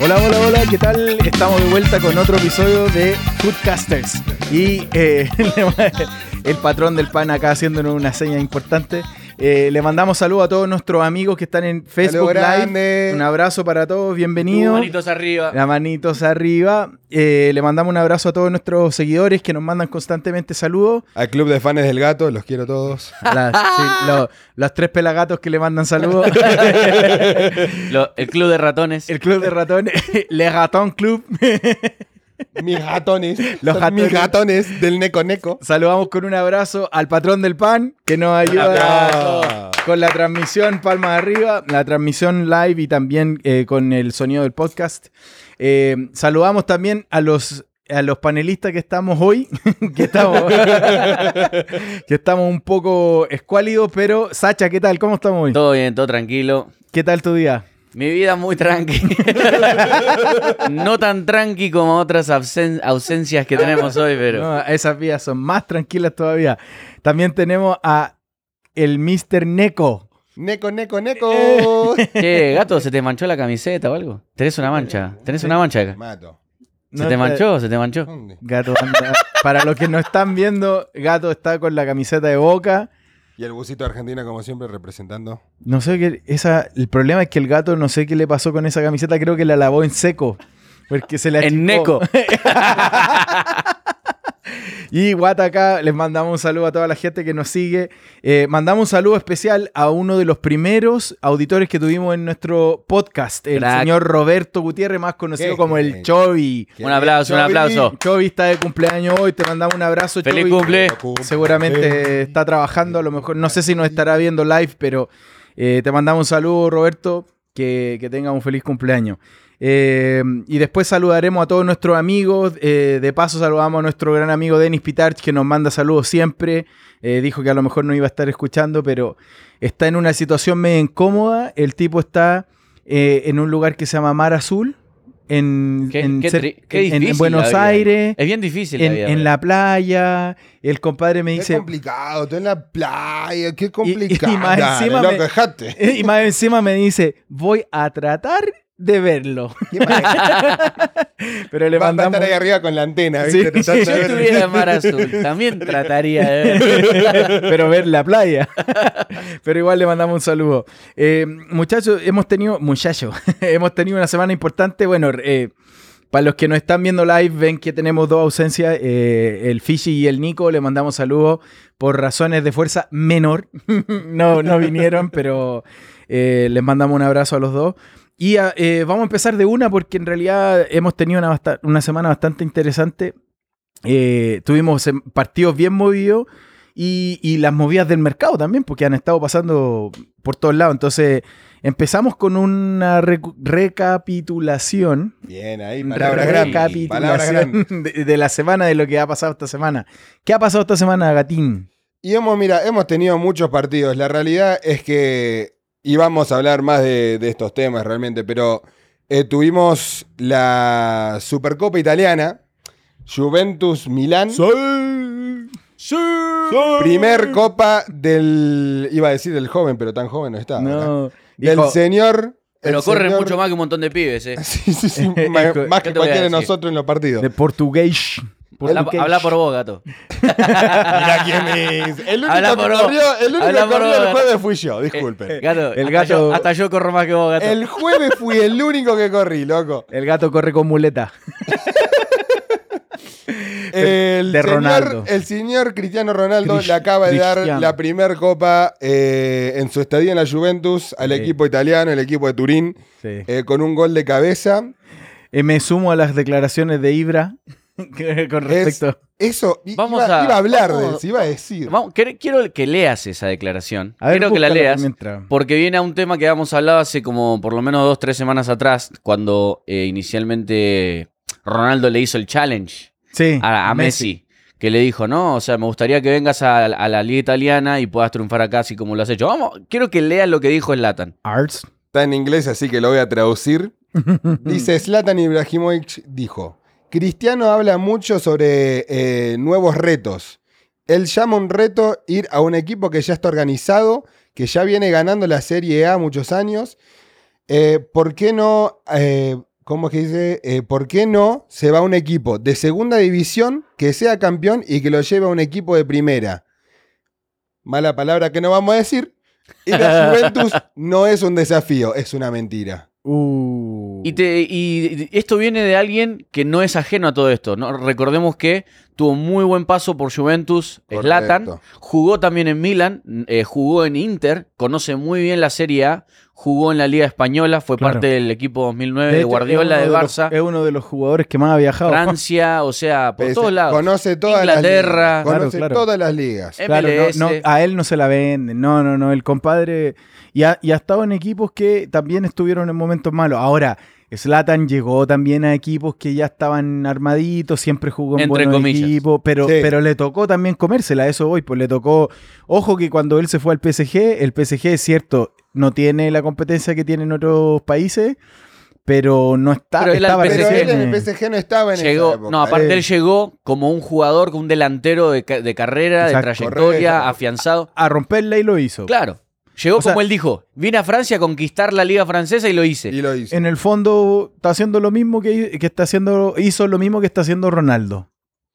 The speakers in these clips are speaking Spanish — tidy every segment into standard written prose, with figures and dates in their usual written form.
Hola, hola, hola, ¿qué tal? Estamos de vuelta con otro episodio de Foodcasters. Y el patrón del pan acá haciéndonos una seña importante. Le mandamos saludos a todos nuestros amigos que están en Facebook Live. Un abrazo para todos, bienvenidos. Manitos arriba. Las manitos arriba. Le mandamos un abrazo a todos nuestros seguidores que nos mandan constantemente saludos. Al club de fans del gato, los quiero todos. Los 3 pelagatos que le mandan saludos. El club de ratones. El club de ratones. Le Ratón Club. Mis gatones. Mis gatones del Neco Neco. Saludamos con un abrazo al patrón del pan que nos ayuda con la transmisión palmas arriba, la transmisión live y también con el sonido del podcast. Saludamos también a los panelistas que estamos hoy, que estamos un poco escuálidos, pero Sacha, ¿qué tal? ¿Cómo estamos hoy? Todo bien, todo tranquilo. ¿Qué tal tu día? Mi vida muy tranqui. No tan tranqui como otras ausencias que tenemos hoy, pero... No, esas vías son más tranquilas todavía. También tenemos a el Mr. Neko. Neco, Neco, Neco. Che, gato, ¿se te manchó la camiseta o algo? ¿Tenés una mancha? ¿Tenés una mancha acá? Mato. ¿Se te manchó? ¿Se te manchó? ¿Dónde? Gato anda. Para los que no están viendo, Gato está con la camiseta de Boca. Y el busito de Argentina, como siempre, representando. No sé qué. El problema es que el Gato no sé qué le pasó con esa camiseta. Creo que la lavó en seco. Porque se la En Neco. Y Guata acá, les mandamos un saludo a toda la gente que nos sigue. Mandamos un saludo especial a uno de los primeros auditores que tuvimos en nuestro podcast, el señor Roberto Gutiérrez, más conocido como el Chovi. Un aplauso, un aplauso. Chovi está de cumpleaños hoy, te mandamos un abrazo, Chovi. ¡Feliz cumple! Seguramente está trabajando, a lo mejor, no sé si nos estará viendo live, pero te mandamos un saludo, Roberto, que tenga un feliz cumpleaños. Y después saludaremos a todos nuestros amigos. De paso saludamos a nuestro gran amigo Denis Pitarch, que nos manda saludos siempre. Dijo que a lo mejor no iba a estar escuchando, pero está en una situación medio incómoda. El tipo está en un lugar que se llama Mar Azul, en Buenos Aires. Es bien difícil en la playa. El compadre me dice... Qué complicado, estoy en la playa, qué complicado. Y más encima me dice, voy a tratar de verlo. Pero le mandamos... Va a estar ahí arriba con la antena, ¿viste? Sí. Si yo estuviera en Mar Azul, también trataría de ver. Pero ver la playa. Pero igual le mandamos un saludo. Muchachos, hemos tenido una semana importante. Bueno, para los que nos están viendo live, ven que tenemos 2 ausencias. El Fishy y el Nico, le mandamos saludos por razones de fuerza menor. No vinieron, pero les mandamos un abrazo a los dos. Y vamos a empezar de una porque en realidad hemos tenido una semana bastante interesante. Tuvimos partidos bien movidos y las movidas del mercado también, porque han estado pasando por todos lados. Entonces empezamos con una recapitulación. Bien, ahí, palabras grandes. De la semana, de lo que ha pasado esta semana. ¿Qué ha pasado esta semana, Gatín? Y hemos tenido muchos partidos. La realidad es que... Y vamos a hablar más de estos temas realmente, pero tuvimos la Supercopa Italiana, Juventus-Milán. ¡Sí! Primer copa del... Iba a decir del joven, pero tan joven no está. No. Del señor... Pero corre mucho más que un montón de pibes, ¿eh? Sí. Más que cualquiera de nosotros en los partidos. De portugués. Habla por vos, gato. Mira quién es. El único que corrió el jueves fui yo, disculpe. Gato, hasta yo corro más que vos, gato. El jueves fui el único que corrí, loco. El gato corre con muleta. El señor Cristiano Ronaldo le acaba de dar la primer copa en su estadía en la Juventus al equipo italiano, el equipo de Turín, con un gol de cabeza. Me sumo a las declaraciones de Ibra. Con respecto eso, iba a hablar de eso, iba a decir. Quiero que leas esa declaración. A ver, quiero que la leas, mientras... porque viene a un tema que habíamos hablado hace como por lo menos 2-3 semanas atrás, cuando inicialmente Ronaldo le hizo el challenge a Messi, que le dijo, no, o sea, me gustaría que vengas a la Liga Italiana y puedas triunfar acá así como lo has hecho. Quiero que leas lo que dijo Zlatan. Está en inglés, así que lo voy a traducir. Dice, Zlatan Ibrahimovic dijo... Cristiano habla mucho sobre nuevos retos. Él llama un reto ir a un equipo que ya está organizado, que ya viene ganando la Serie A muchos años. ¿Por qué no ¿cómo es que dice? ¿Por qué no se va a un equipo de segunda división que sea campeón y que lo lleve a un equipo de primera? Mala palabra que no vamos a decir. Y la Juventus no es un desafío, es una mentira. Y esto viene de alguien que no es ajeno a todo esto, ¿no? Recordemos que tuvo muy buen paso por Juventus, Zlatan, jugó también en Milan, jugó en Inter, conoce muy bien la Serie A, jugó en la Liga Española, fue parte del equipo 2009 de Guardiola, de Barça. Es uno de los jugadores que más ha viajado. Francia, o sea, por todos lados. Conoce todas Inglaterra, las ligas. Conoce todas las ligas. Claro, a él no se la venden. No, el compadre... Y ha estado en equipos que también estuvieron en momentos malos. Ahora, Zlatan llegó también a equipos que ya estaban armaditos, siempre jugó en buenos equipos, pero le tocó también comérsela, a eso voy, pues le tocó... Ojo que cuando él se fue al PSG, el PSG es cierto, no tiene la competencia que tienen otros países, pero no está. Pero él en el PSG no estaba en esa época. No, aparte él llegó como un jugador, como un delantero de carrera, de trayectoria, afianzado. A romperla y lo hizo. Claro. Llegó como él dijo, vine a Francia a conquistar la liga francesa y lo hice. En el fondo está haciendo lo mismo que está haciendo, hizo lo mismo que está haciendo Ronaldo.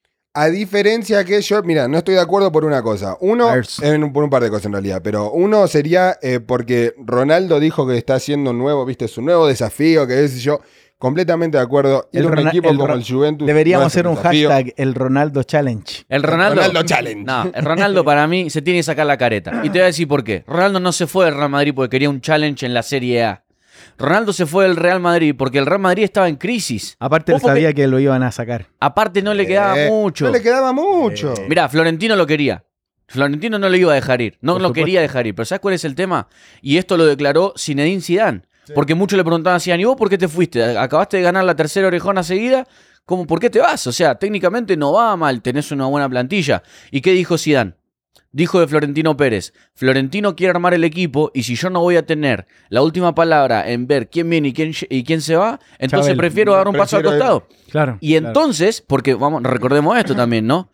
A diferencia que yo, mira, no estoy de acuerdo por una cosa. Uno, por un par de cosas en realidad, pero uno sería porque Ronaldo dijo que está haciendo un nuevo, viste, su nuevo desafío, que es yo. Completamente de acuerdo. Ir a un equipo como el Juventus. Deberíamos hacer un hashtag, el Ronaldo Challenge. El Ronaldo Challenge. No, el Ronaldo para mí se tiene que sacar la careta. Y te voy a decir por qué. Ronaldo no se fue del Real Madrid porque quería un challenge en la Serie A. Ronaldo se fue del Real Madrid porque el Real Madrid estaba en crisis. Aparte él sabía que lo iban a sacar. Aparte no le quedaba mucho. No le quedaba mucho. Mirá, Florentino lo quería. Florentino no lo iba a dejar ir. No lo quería dejar ir. Pero ¿sabes cuál es el tema? Y esto lo declaró Zinedine Zidane. Porque muchos le preguntaban a Zidane, ¿y vos por qué te fuiste? Acabaste de ganar la tercera orejona seguida, ¿por qué te vas? O sea, técnicamente no va mal, tenés una buena plantilla. ¿Y qué dijo Zidane? Dijo de Florentino Pérez, Florentino quiere armar el equipo y si yo no voy a tener la última palabra en ver quién viene y quién se va, entonces prefiero dar un paso al costado. Claro. Y entonces, porque recordemos esto también, ¿no?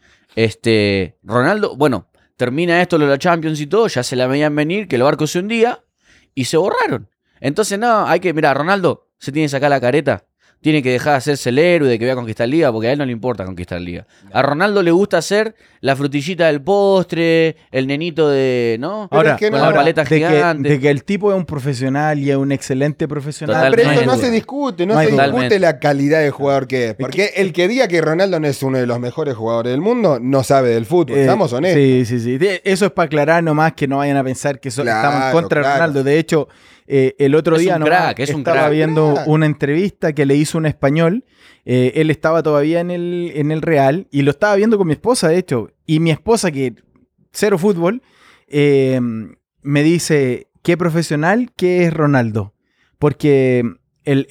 Ronaldo, bueno, termina esto lo de la Champions y todo, ya se la veían venir, que el barco se hundía y se borraron. Entonces, no, mira, Ronaldo se tiene que sacar la careta. Tiene que dejar de hacerse el héroe de que voy a conquistar liga, porque a él no le importa conquistar liga. A Ronaldo le gusta hacer la frutillita del postre, el nenito de, ¿no? Ahora, con la paleta gigante. De que el tipo es un profesional y es un excelente profesional. Pero eso no se discute, no se discute la calidad de jugador que es. Porque el que diga que Ronaldo no es uno de los mejores jugadores del mundo, no sabe del fútbol, estamos honestos. Sí. Eso es para aclarar nomás que no vayan a pensar que estamos contra Ronaldo. De hecho, el otro día estaba viendo una entrevista que le hizo un español. Él estaba todavía en el Real y lo estaba viendo con mi esposa, de hecho. Y mi esposa, que cero fútbol, me dice, qué profesional que es Ronaldo. Porque el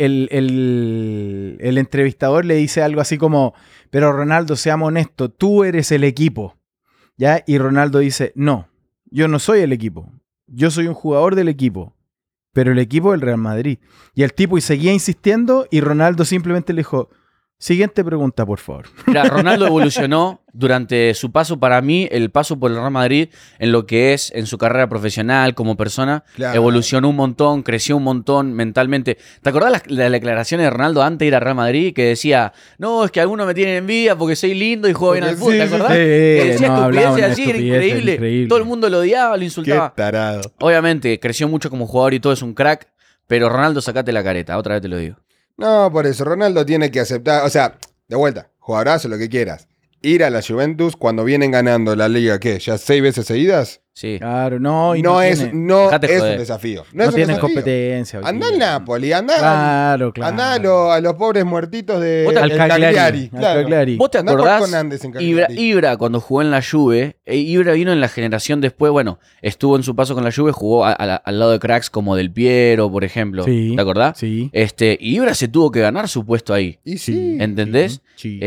entrevistador le dice algo así como, pero Ronaldo, seamos honestos, tú eres el equipo. ¿Ya? Y Ronaldo dice, no, yo no soy el equipo. Yo soy un jugador del equipo. Pero el equipo del Real Madrid. Y el tipo seguía insistiendo y Ronaldo simplemente le dijo, siguiente pregunta, por favor. Mira, Ronaldo evolucionó durante su paso, para mí, el paso por el Real Madrid, en lo que es en su carrera profesional, como persona, evolucionó un montón, creció un montón mentalmente. ¿Te acordás las declaraciones de Ronaldo antes de ir al Real Madrid? Que decía, no, es que algunos me tienen envidia porque soy lindo y juego bien al fútbol, ¿te acordás? Que decía estupideces así, era increíble. Todo el mundo lo odiaba, lo insultaba. Qué tarado. Obviamente, creció mucho como jugador y todo, es un crack, pero Ronaldo, sacate la careta, otra vez te lo digo. No, por eso, Ronaldo tiene que aceptar, o sea, de vuelta, jugadorazo, lo que quieras. Ir a la Juventus cuando vienen ganando la liga, ¿qué? ¿Ya 6 veces seguidas? Sí. Claro, no es un desafío. No tienen competencia. Anda al Napoli, anda a los pobres muertitos de Cagliari. ¿Vos te acordás? Ibra, cuando jugó en la Juve, Ibra vino en la generación después, bueno, estuvo en su paso con la Juve, jugó al lado de cracks como Del Piero, por ejemplo. Sí, ¿te acordás? Sí. Y Ibra se tuvo que ganar su puesto ahí. Y sí. ¿Entendés? Sí.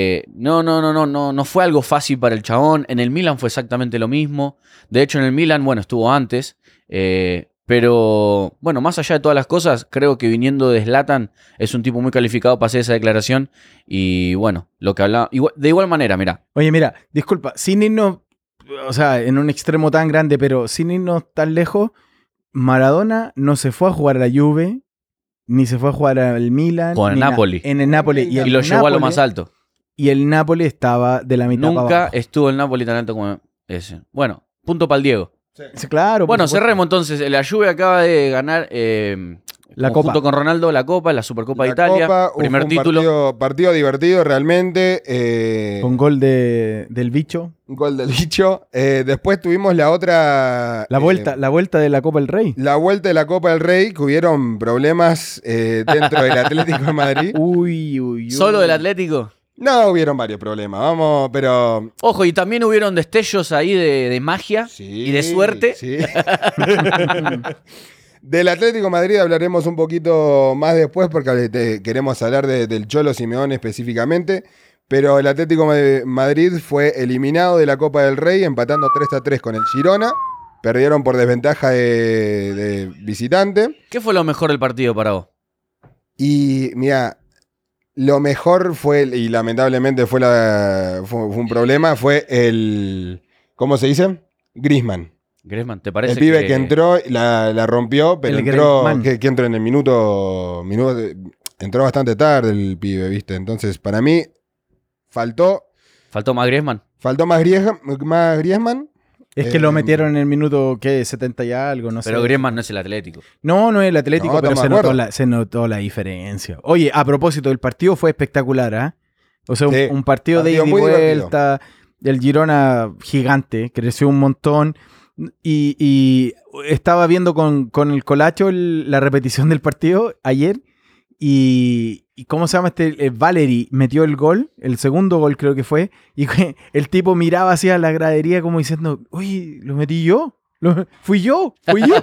No fue algo fácil para el chabón. En el Milan fue exactamente lo mismo. De hecho, en el Milan, bueno, estuvo antes. Pero, bueno, más allá de todas las cosas, creo que viniendo de Zlatan es un tipo muy calificado para hacer esa declaración. Y bueno, lo que hablaba. De igual manera, mira. Oye, mira, disculpa, sin irnos, o sea, en un extremo tan grande, pero sin irnos tan lejos, Maradona no se fue a jugar a la Juve ni se fue a jugar al Milan. Con el Napoli. En el Napoli. Y lo llevó a lo más alto. Y el Napoli estaba de la mitad para abajo. Nunca estuvo el Napoli tan alto como ese. Bueno, punto para el Diego. Sí, claro. Bueno, cerremos entonces. La Juve acaba de ganar la Copa. Junto con Ronaldo la Copa, la Supercopa de Italia. Primer título. Partido divertido realmente. Con gol del bicho. Gol del bicho. Después tuvimos la otra. La vuelta de la Copa del Rey. La vuelta de la Copa del Rey, que hubieron problemas dentro del Atlético de Madrid. Uy. ¿Solo del Atlético? No, hubieron varios problemas, pero... Ojo, y también hubieron destellos ahí de magia y de suerte. Sí. Del Atlético de Madrid hablaremos un poquito más después porque queremos hablar del Cholo Simeone específicamente, pero el Atlético de Madrid fue eliminado de la Copa del Rey empatando 3-3 con el Girona. Perdieron por desventaja de visitante. ¿Qué fue lo mejor del partido para vos? Y mira... Lo mejor fue, y lamentablemente fue un problema, fue el... ¿Cómo se dice? Griezmann. Griezmann, ¿te parece? El pibe que entró, la rompió, pero entró que entró en el minuto... Entró bastante tarde el pibe, ¿viste? Entonces, para mí, faltó... ¿Faltó más Griezmann? Faltó más Griezmann. Es que lo metieron en el minuto, ¿qué? 70 y algo, no sé. Pero Griezmann no es el Atlético. No es el Atlético, pero se notó la diferencia. Oye, a propósito, el partido fue espectacular, ¿ah? O sea, un partido de ida y vuelta. El Girona gigante, creció un montón. Y estaba viendo con el Colacho la repetición del partido ayer. Y ¿cómo se llama Valeri metió el gol, el segundo gol creo que fue, y el tipo miraba hacia la gradería como diciendo, uy, ¿lo metí yo? ¿Fui yo?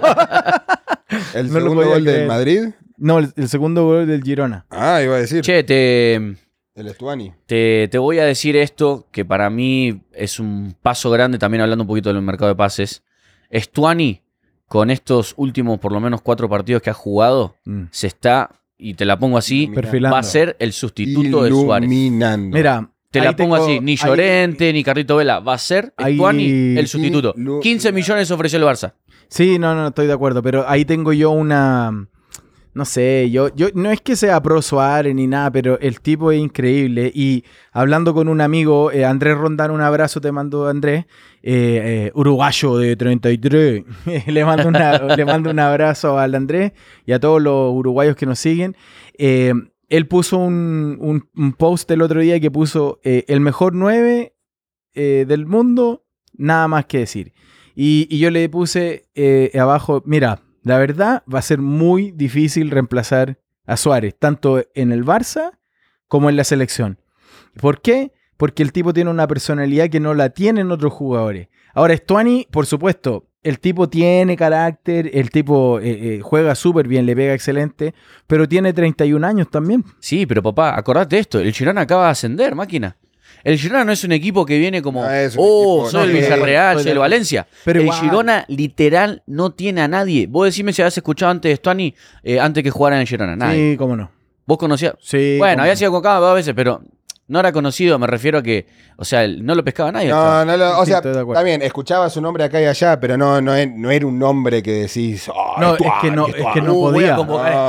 ¿El segundo gol del Madrid? No, el segundo gol del Girona. Ah, iba a decir. Che, el Stuani. Te voy a decir esto, que para mí es un paso grande, también hablando un poquito del mercado de pases. Stuani, con estos últimos por lo menos 4 partidos que ha jugado, se está... Y te la pongo así, perfilando. Va a ser el sustituto de Suárez. Mira, te la pongo así, ni Llorente, ni Carrito Vela. Va a ser Stuani el sustituto. 15 millones ofreció el Barça. Sí, no, estoy de acuerdo. Pero ahí tengo yo una... No sé, yo no es que sea pro Suárez ni nada, pero el tipo es increíble. Y hablando con un amigo, Andrés Rondán, un abrazo te mando, Andrés, uruguayo de 33. le mando un abrazo al Andrés y a todos los uruguayos que nos siguen. Él puso un post el otro día que puso el mejor 9 del mundo, nada más que decir. Y yo le puse abajo, mira... La verdad, va a ser muy difícil reemplazar a Suárez, tanto en el Barça como en la selección. ¿Por qué? Porque el tipo tiene una personalidad que no la tienen otros jugadores. Ahora, Stuani, por supuesto, el tipo tiene carácter, el tipo juega súper bien, le pega excelente, pero tiene 31 años también. Sí, pero papá, acordate de esto, el Girona acaba de ascender, máquina. El Girona no es un equipo que viene como, soy el Villarreal, soy el Valencia. Pero el Girona literal no tiene a nadie. Vos decime si habías escuchado antes de Stuani, antes que jugara en el Girona. Nadie. Sí, cómo no. ¿Vos conocías? Sí. Bueno, había sido convocado 2 veces, pero no era conocido, me refiero a que, o sea, no lo pescaba nadie. O sea, también escuchaba su nombre acá y allá, pero no era un nombre que decís, es que no podía.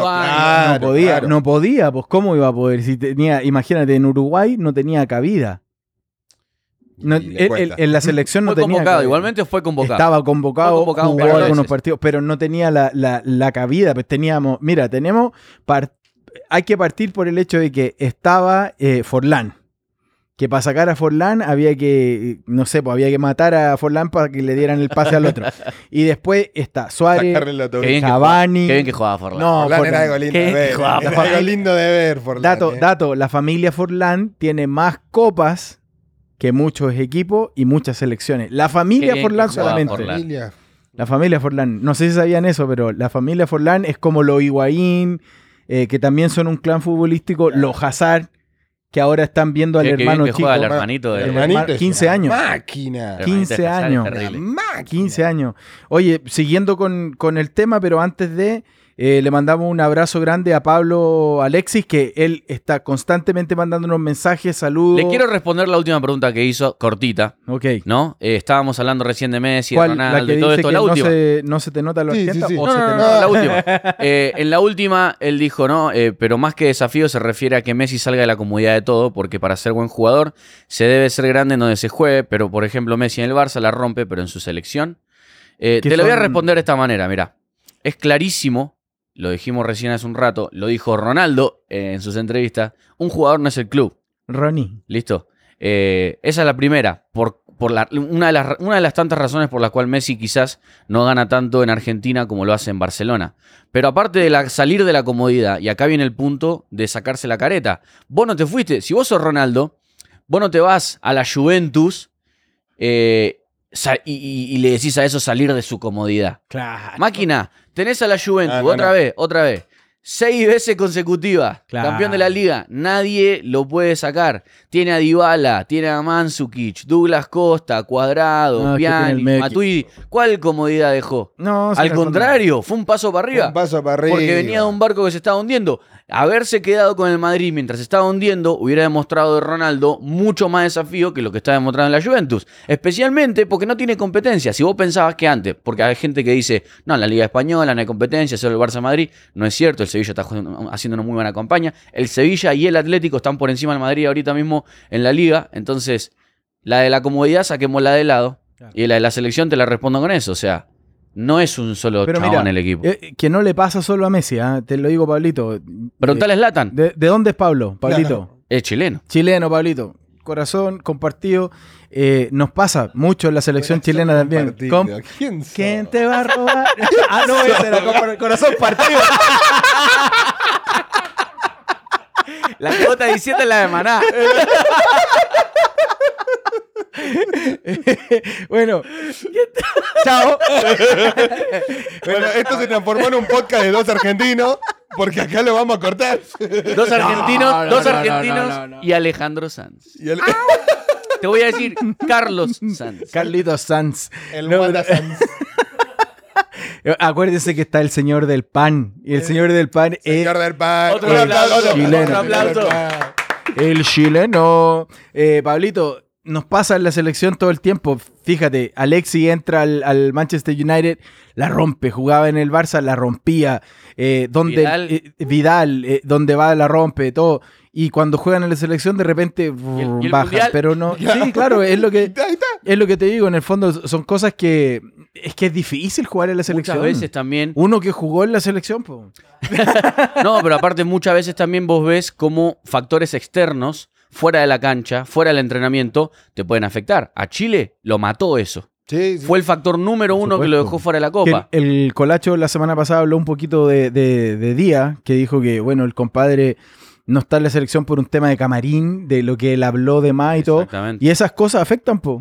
No podía, pues ¿cómo iba a poder? Si tenía, imagínate, en Uruguay no tenía cabida. En la selección no tenía convocado, igualmente fue convocado. Estaba convocado jugó algunos partidos, pero no tenía la cabida. Pues hay que partir por el hecho de que estaba Forlán. Que para sacar a Forlán había que, no sé, pues había que matar a Forlán para que le dieran el pase al otro. Y después está Suárez, Cavani. Qué bien que jugaba Forlán. No, Forlán era algo lindo de ver. Era algo lindo de ver, Forlán. Dato, la familia Forlán tiene más copas que muchos equipos y muchas selecciones. La familia Forlán solamente. Forlán. La familia Forlán. No sé si sabían eso, pero la familia Forlán es como los Higuaín, que también son un clan futbolístico, los Hazard, que ahora están viendo al hermano chico. Juega el hermanito de 15 años. Máquina. 15 años. 15 años. Oye, siguiendo con el tema, pero antes de... Le mandamos un abrazo grande a Pablo Alexis, que él está constantemente mandándonos mensajes, saludos. Le quiero responder la última pregunta que hizo, cortita. Ok. ¿No? Estábamos hablando recién de Messi, de ¿Cuál? Ronaldo ¿La que y todo dice esto. que La última. No se te nota lo Sí, argenta? sí, sí. ¿O No, se no, te no, nota? la última. En la última, él dijo, ¿no? Pero más que desafío se refiere a que Messi salga de la comodidad de todo, porque para ser buen jugador se debe ser grande en donde se juegue, pero por ejemplo Messi en el Barça la rompe, pero en su selección. Te lo voy a responder de esta manera, mirá. Es clarísimo, lo dijimos recién hace un rato, lo dijo Ronaldo en sus entrevistas, un jugador no es el club. Ronnie. ¿Listo? Esa es la primera, una de las tantas razones por las cuales Messi quizás no gana tanto en Argentina como lo hace en Barcelona. Pero aparte de salir de la comodidad, y acá viene el punto de sacarse la careta. Vos no te fuiste, si vos sos Ronaldo, vos no te vas a la Juventus y le decís a eso salir de su comodidad. Claro. Máquina, tenés a la Juventus, No. otra vez. 6 veces consecutivas, Claro. campeón de la liga. Nadie lo puede sacar. Tiene a Dybala, tiene a Mandzukic, Douglas Costa, Cuadrado, No, es que tiene el Pjanic, medio Matuidi. ¿Cuál comodidad dejó? No, Al contrario, fue un paso para arriba. Un paso para arriba. Porque venía de un barco que se estaba hundiendo. Haberse quedado con el Madrid mientras se estaba hundiendo hubiera demostrado de Ronaldo mucho más desafío que lo que está demostrando en la Juventus. Especialmente porque no tiene competencia. Si vos pensabas que antes, porque hay gente que dice, no, en la Liga Española no hay competencia, solo el Barça-Madrid. No es cierto, el Sevilla está haciendo una muy buena campaña. El Sevilla y el Atlético están por encima del Madrid ahorita mismo en la Liga. Entonces, la de la comodidad saquémosla de lado. Claro. Y la de la selección te la respondo con eso. O sea, no es un solo Pero chabón mira, en el equipo. que no le pasa solo a Messi, te lo digo, Pablito. Preguntale a Zlatan. ¿De dónde es Pablo? Pablito. Claro. Es chileno. Chileno, Pablito. Corazón compartido. Nos pasa mucho en la selección chilena también. ¿Quién te va a robar? No, ese era corazón partido. La que vos estás diciendo es la de Maná. Bueno, chao. Bueno, esto se transformó en un podcast de 2 argentinos, porque acá lo vamos a cortar. Dos argentinos, no. y Alejandro Sanz. Y el, Te voy a decir Carlos Sanz. Carlitos Sanz. el No, Wanda Sanz. Acuérdense que está el señor del pan. Y el señor del pan es Señor del pan. Otro aplauso, chileno. otro aplauso. el chileno. Pablito, nos pasa en la selección todo el tiempo. Fíjate, Alexis entra al Manchester United, la rompe. Jugaba en el Barça, la rompía. Vidal, donde va, la rompe, todo. Y cuando juegan en la selección, de repente ¿Y el bajan. mundial? Pero no. Sí, claro, es lo que. Ahí está. Es lo que te digo, en el fondo son cosas que es difícil jugar en la selección. Muchas veces también. Uno que jugó en la selección, pues. No, pero aparte muchas veces también vos ves cómo factores externos, fuera de la cancha, fuera del entrenamiento, te pueden afectar. A Chile lo mató eso. Sí, sí. Fue el factor número Por 1 que supuesto. lo dejó fuera de la Copa. El Colacho la semana pasada habló un poquito de Díaz, que dijo que, bueno, el compadre no está en la selección por un tema de camarín, de lo que él habló de más y todo. Exactamente. Y esas cosas afectan, po.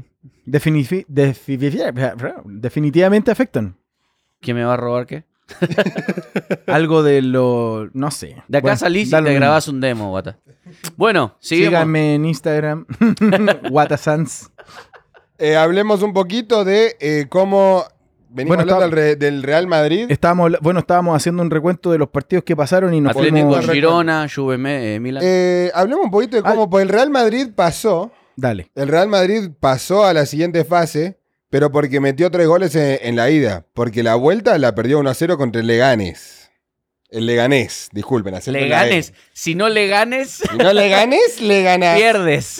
Definitivamente afectan. ¿Quién me va a robar qué? Algo de lo... no sé. De acá Bueno, salís y da lo te mismo. grabás un demo, guata. Bueno, seguimos. Síganme en Instagram. Watasans. Hablemos un poquito de cómo venimos Bueno, hablando del Real Madrid. Estábamos haciendo un recuento de los partidos que pasaron y nos Atlético, fuimos... Girona, Juve, Milan. Hablemos un poquito de cómo pues, el Real Madrid pasó. Dale. El Real Madrid pasó a la siguiente fase, pero porque metió 3 goles en la ida. Porque la vuelta la perdió 1-0 contra el Leganés. El Leganés, disculpen. acento Le en la E. ganes. Si no le ganes, Si no le ganes, le ganas. pierdes.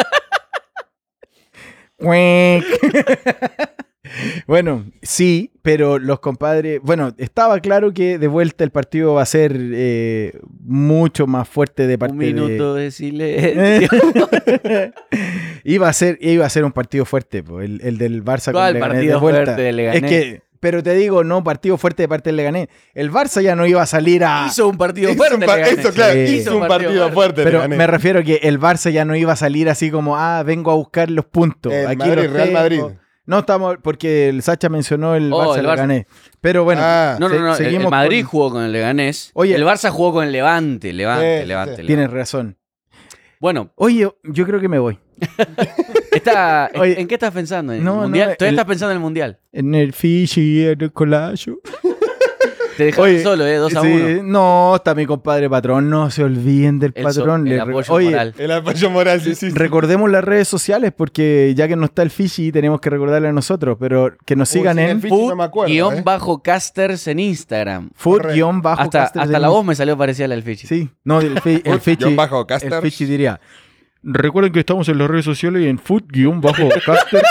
Bueno, sí, pero los compadres... Bueno, estaba claro que de vuelta el partido va a ser mucho más fuerte de parte Un minuto de silencio. iba a ser un partido fuerte, po, el del Barça con ¿Cuál Leganés partido de vuelta. fuerte del Leganés? Es que, pero te digo, no partido fuerte de parte del Leganés. El Barça ya no iba a salir a... Hizo un partido Hizo fuerte. un par- Leganés. eso, claro, Sí. hizo un partido fuerte. Pero Leganés. me refiero a que el Barça ya no iba a salir así como, vengo a buscar los puntos. El Aquí Madrid, los Real tengo. Madrid. No estamos, porque el Sacha mencionó el Barça, el el Barça. Leganés. Pero bueno, No, el seguimos Madrid con- jugó con el Leganés. Oye. El Barça jugó con el Levante. Levante. Tienes razón. Bueno, Oye, yo creo que me voy. Oye. ¿en qué estás pensando? ¿En No, el no, mundial? ¿Todavía el- estás pensando en el mundial? En el Fiji y en el Colacho. Te dejaron solo, 2-1. No, está mi compadre Patrón. No se olviden del Patrón. El apoyo moral. El apoyo moral, sí. Recordemos las redes sociales porque ya que no está el Fichi, tenemos que recordarle a nosotros. Pero que nos sigan en Food-Casters en Instagram. Food-Casters. Hasta la voz me salió parecida a la del Fichi. Sí, no, el Fichi. El Fichi diría. Recuerden que estamos en las redes sociales y en Food-Casters.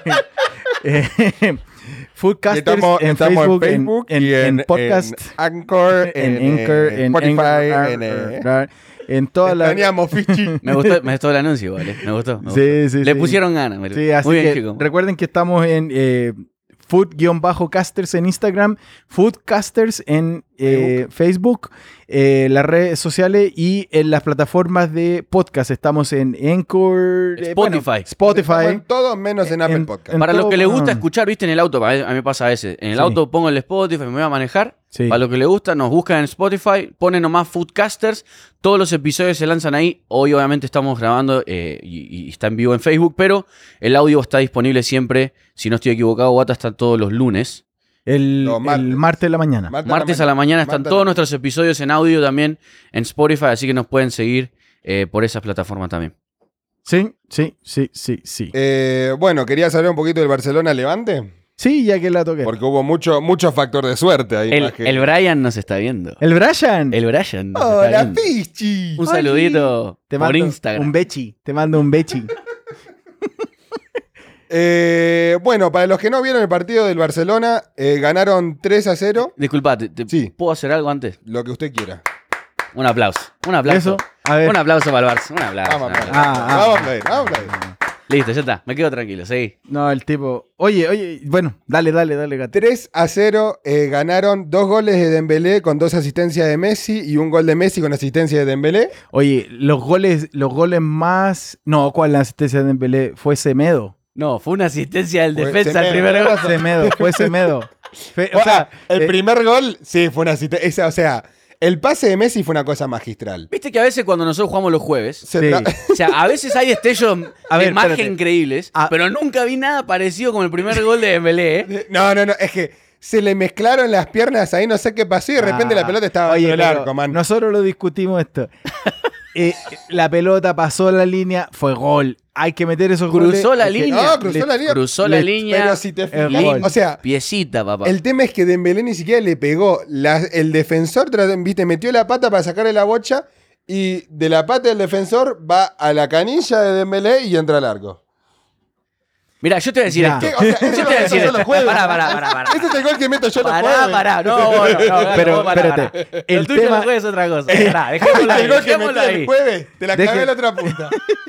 Foodcasters en Facebook, en podcast, en Anchor, en Spotify, en todas las... Me gustó el anuncio, ¿vale? Me gustó. Sí. Le pusieron ganas. Sí, así muy bien, chicos. Recuerden que estamos en Food-Casters en Instagram, Foodcasters en Facebook, las redes sociales y en las plataformas de podcast. Estamos en Anchor, Spotify. Todo menos en Apple Podcast. Para los que les gusta escuchar, viste, en el auto, a mí me pasa a veces. En el auto pongo el Spotify, me voy a manejar. Sí. Para los que les gusta, nos buscan en Spotify, ponen nomás Foodcasters. Todos los episodios se lanzan ahí. Hoy obviamente estamos grabando y está en vivo en Facebook, pero el audio está disponible siempre. Si no estoy equivocado, Guata, está todos los lunes. El martes de la mañana. Martes a la mañana están todos nuestros episodios en audio también en Spotify, así que nos pueden seguir por esas plataformas también. Sí. Bueno, ¿querías hablar un poquito del Barcelona-Levante? Sí, ya que la toqué. Porque hubo mucho factor de suerte ahí. El Brian nos está viendo. ¿El Brian? El Brian nos ¡Hola, está viendo. Pichi! Un saludito por Instagram. Un bechi. Te mando un bechi. Bueno, para los que no vieron el partido del Barcelona, ganaron 3-0. Disculpa, Sí. ¿puedo hacer algo antes? Lo que usted quiera. Un aplauso. Eso, a ver. Un aplauso para el Barça. Un aplauso. Vamos a aplaudir. Listo, ya está. Me quedo tranquilo, seguí. No, el tipo... Oye, bueno, dale, gato. 3-0, ganaron 2 goles de Dembélé con 2 asistencias de Messi y un gol de Messi con asistencia de Dembélé. Oye, los goles más... No, ¿cuál la asistencia de Dembélé? Fue Semedo. No, fue una asistencia del defensa al primer gol. Fue Semedo. O sea, el primer gol, sí, fue una asistencia. O sea, el pase de Messi fue una cosa magistral. Viste que a veces cuando nosotros jugamos los jueves, sí. O sea, a veces hay destellos de magia increíbles, pero nunca vi nada parecido con el primer gol de Dembélé. No, es que se le mezclaron las piernas ahí, no sé qué pasó y de repente la pelota estaba dentro del arco, man. Nosotros lo discutimos esto. La pelota pasó la línea, fue gol. Hay que meter esos goles. Cruzó la línea. No, cruzó la línea. Pero si te fijas, o sea, piecita, papá. El tema es que Dembélé ni siquiera le pegó. El defensor, viste, metió la pata para sacarle la bocha y de la pata del defensor va a la canilla de Dembélé y entra al arco. Mirá, yo te voy a decir esto. O sea, yo te voy a decir esto. Pará. Ese es el gol que meto yo los jueves. Pará. No, pero espérate. El tuyo no es otra cosa. Pará, dejémoslo ahí. El jueves, te la cagué en la otra punta.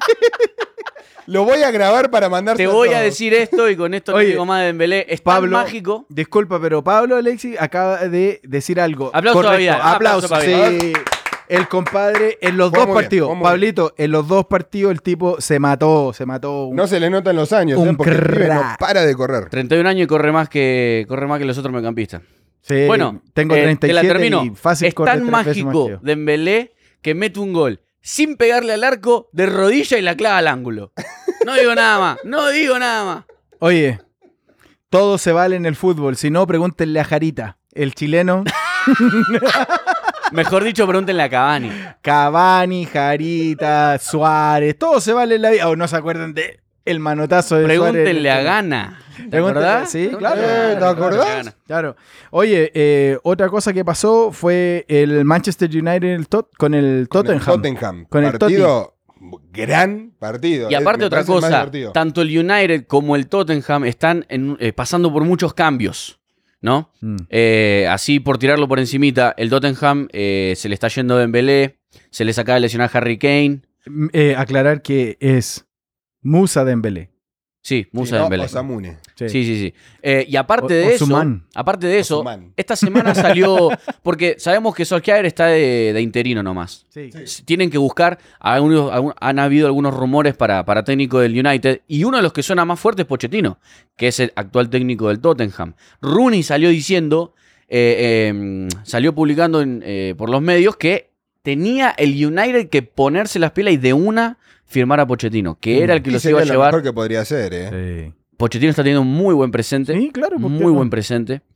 Lo voy a grabar para mandarte. Te voy a decir esto y con esto no digo más de Dembélé. Es tan mágico. Disculpa, pero Pablo Alexis acaba de decir algo. Aplauso todavía. Aplauso. Sí. El compadre en los dos partidos. Pablito, en los dos partidos el tipo se mató. No se le notan los años, porque el pibe no para de correr. 31 años y corre más que los otros mediocampistas. Sí, bueno, tengo 37 te la termino. Y fácil es tan mágico Dembélé que mete un gol sin pegarle al arco, de rodilla y la clava al ángulo. No digo nada más. Oye, todo se vale en el fútbol. Si no, pregúntenle a Jarita, el chileno. Mejor dicho, pregúntenle a Cavani. Cavani, Jarita, Suárez, todo se vale en la vida. O no se acuerdan de el manotazo de Pregúntenle Suárez. a Gana. ¿Te acordás? Sí, claro. ¿Te acordás? Claro. Oye, otra cosa que pasó fue el Manchester United con el Tottenham. Con el partido. Gran partido. Y aparte otra cosa, tanto el United como el Tottenham están pasando por muchos cambios, ¿no? Así por tirarlo por encimita, el Tottenham se le está yendo Dembélé, se le acaba de lesionar Harry Kane. Aclarar que es Musa Dembélé. Sí, Musa Dembélé. Osamune. Sí. Y aparte de eso, esta semana salió, porque sabemos que Solskjaer está de interino nomás. Sí. Tienen que buscar, han habido algunos rumores para técnico del United, y uno de los que suena más fuerte es Pochettino, que es el actual técnico del Tottenham. Rooney salió diciendo, salió publicando por los medios que tenía el United que ponerse las pilas y de una firmar a Pochettino, que era el que los iba a llevar. Lo mejor que podría ser, Sí. Pochettino está teniendo un muy buen presente. Sí, claro. Muy buen presente.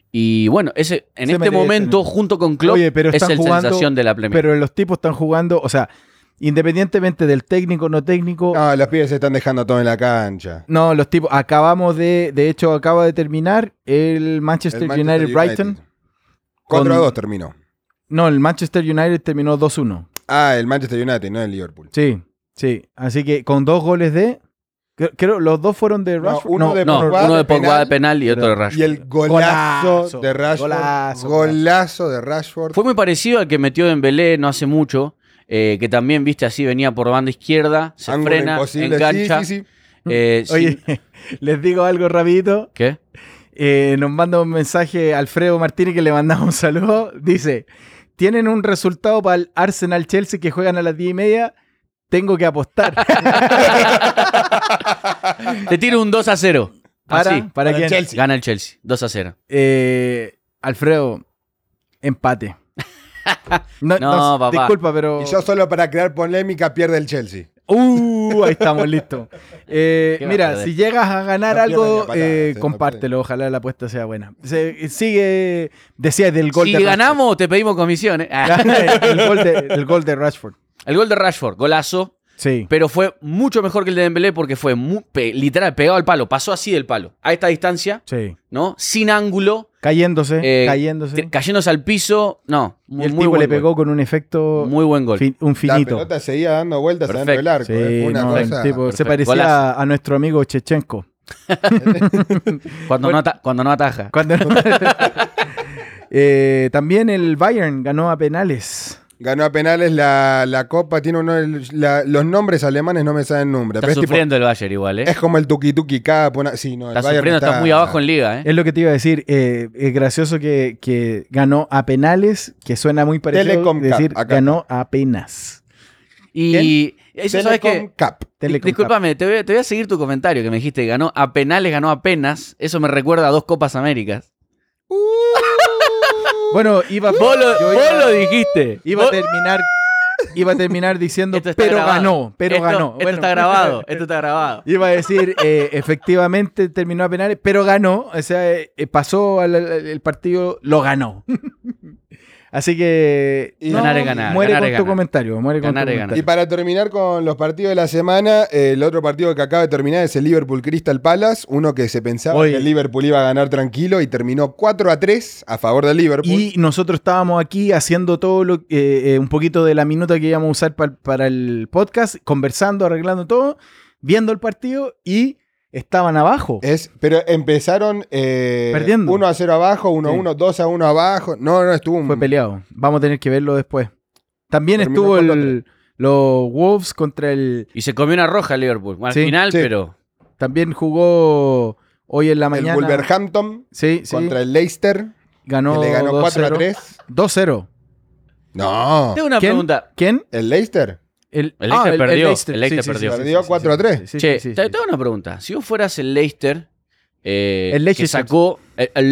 Y bueno, en este momento, junto con Klopp, es el sensación de la Premier. Pero los tipos están jugando, o sea, independientemente del técnico no técnico. No, los pibes se están dejando todo en la cancha. No, los tipos, de hecho, acaba de terminar el Manchester United Brighton. 4-2 terminó. No, el Manchester United terminó 2-1. Ah, el Manchester United, no el Liverpool. Sí. Así que con 2 goles de... Creo los 2 fueron de Rashford. Uno de Pogba de penal y otro de Rashford. Y el golazo de Rashford. Golazo de Rashford. Fue muy parecido al que metió Dembélé no hace mucho, que también, viste, así venía por banda izquierda, se Ángulo frena, imposible. engancha. Sí. Oye, les digo algo rapidito. ¿Qué? Nos manda un mensaje Alfredo Martínez, que le mandamos un saludo. Dice, tienen un resultado para el Arsenal-Chelsea que juegan a las 10:30. Tengo que apostar. Te tiro un 2-0. ¿Para quién? Chelsea. Gana el Chelsea, 2-0. Alfredo, empate. No, papá. Disculpa, pero... Y yo solo para crear polémica pierde el Chelsea. Ahí estamos, listos. Mira, si llegas a ganar algo, compártelo. Ojalá la apuesta sea buena. Sigue, decías del gol de Rashford. Si ganamos, te pedimos comisiones. El gol de Rashford. El gol de Rashford, golazo. Sí. Pero fue mucho mejor que el de Dembélé porque fue literal pegado al palo. Pasó así del palo. A esta distancia. Sí. ¿No? Sin ángulo. Cayéndose. Cayéndose al piso. No. Y el tipo le pegó con un efecto. Muy buen gol. Un finito. La pelota seguía dando vueltas adentro del arco. Sí, una cosa. Tipo, se parecía a nuestro amigo Chechenko. Cuando no ataja. También el Bayern ganó a penales. Ganó a penales la Copa. Tiene los nombres alemanes no me saben nombre. Está sufriendo el Bayern igual, ¿eh? Es como el Tuki Tuki Cup. Sí, no, está sufriendo, está muy abajo en liga, ¿eh? Es lo que te iba a decir. Es gracioso que ganó a penales, que suena muy parecido. Telecom decir, Cup, ganó apenas. Y eso, ¿sabes qué? Discúlpame, te voy a seguir tu comentario que me dijiste, ganó a penales, ganó apenas. Eso me recuerda a 2 Copas Américas. Bueno, vos lo dijiste. Iba a terminar diciendo, pero ganó. Esto está grabado, esto está grabado. Iba a decir, efectivamente terminó a penales, pero ganó. O sea, pasó el partido, lo ganó. Así que ganar es ganar. Muere ganar con tu comentario. Y para terminar con los partidos de la semana, el otro partido que acaba de terminar es el Liverpool Crystal Palace, uno que se pensaba que el Liverpool iba a ganar tranquilo y terminó 4-3 a favor del Liverpool. Y nosotros estábamos aquí haciendo todo un poquito de la minuta que íbamos a usar para el podcast, conversando, arreglando todo, viendo el partido y estaban abajo. Pero empezaron perdiendo. 1-0 abajo, 1-1, 2-1 abajo. No, estuvo Fue peleado. Vamos a tener que verlo después. También estuvo los Wolves contra el... Y se comió una roja el Liverpool. Al final, pero... También jugó hoy en la mañana. El Wolverhampton contra el Leicester. Le ganó 4-3. 2-0. No. Tengo una pregunta. ¿Quién? ¿El Leicester? El Leicester perdió. El Leicester perdió. Perdió 4-3. Te tengo una pregunta. Si vos fueras el Leicester, el Leicester que sacó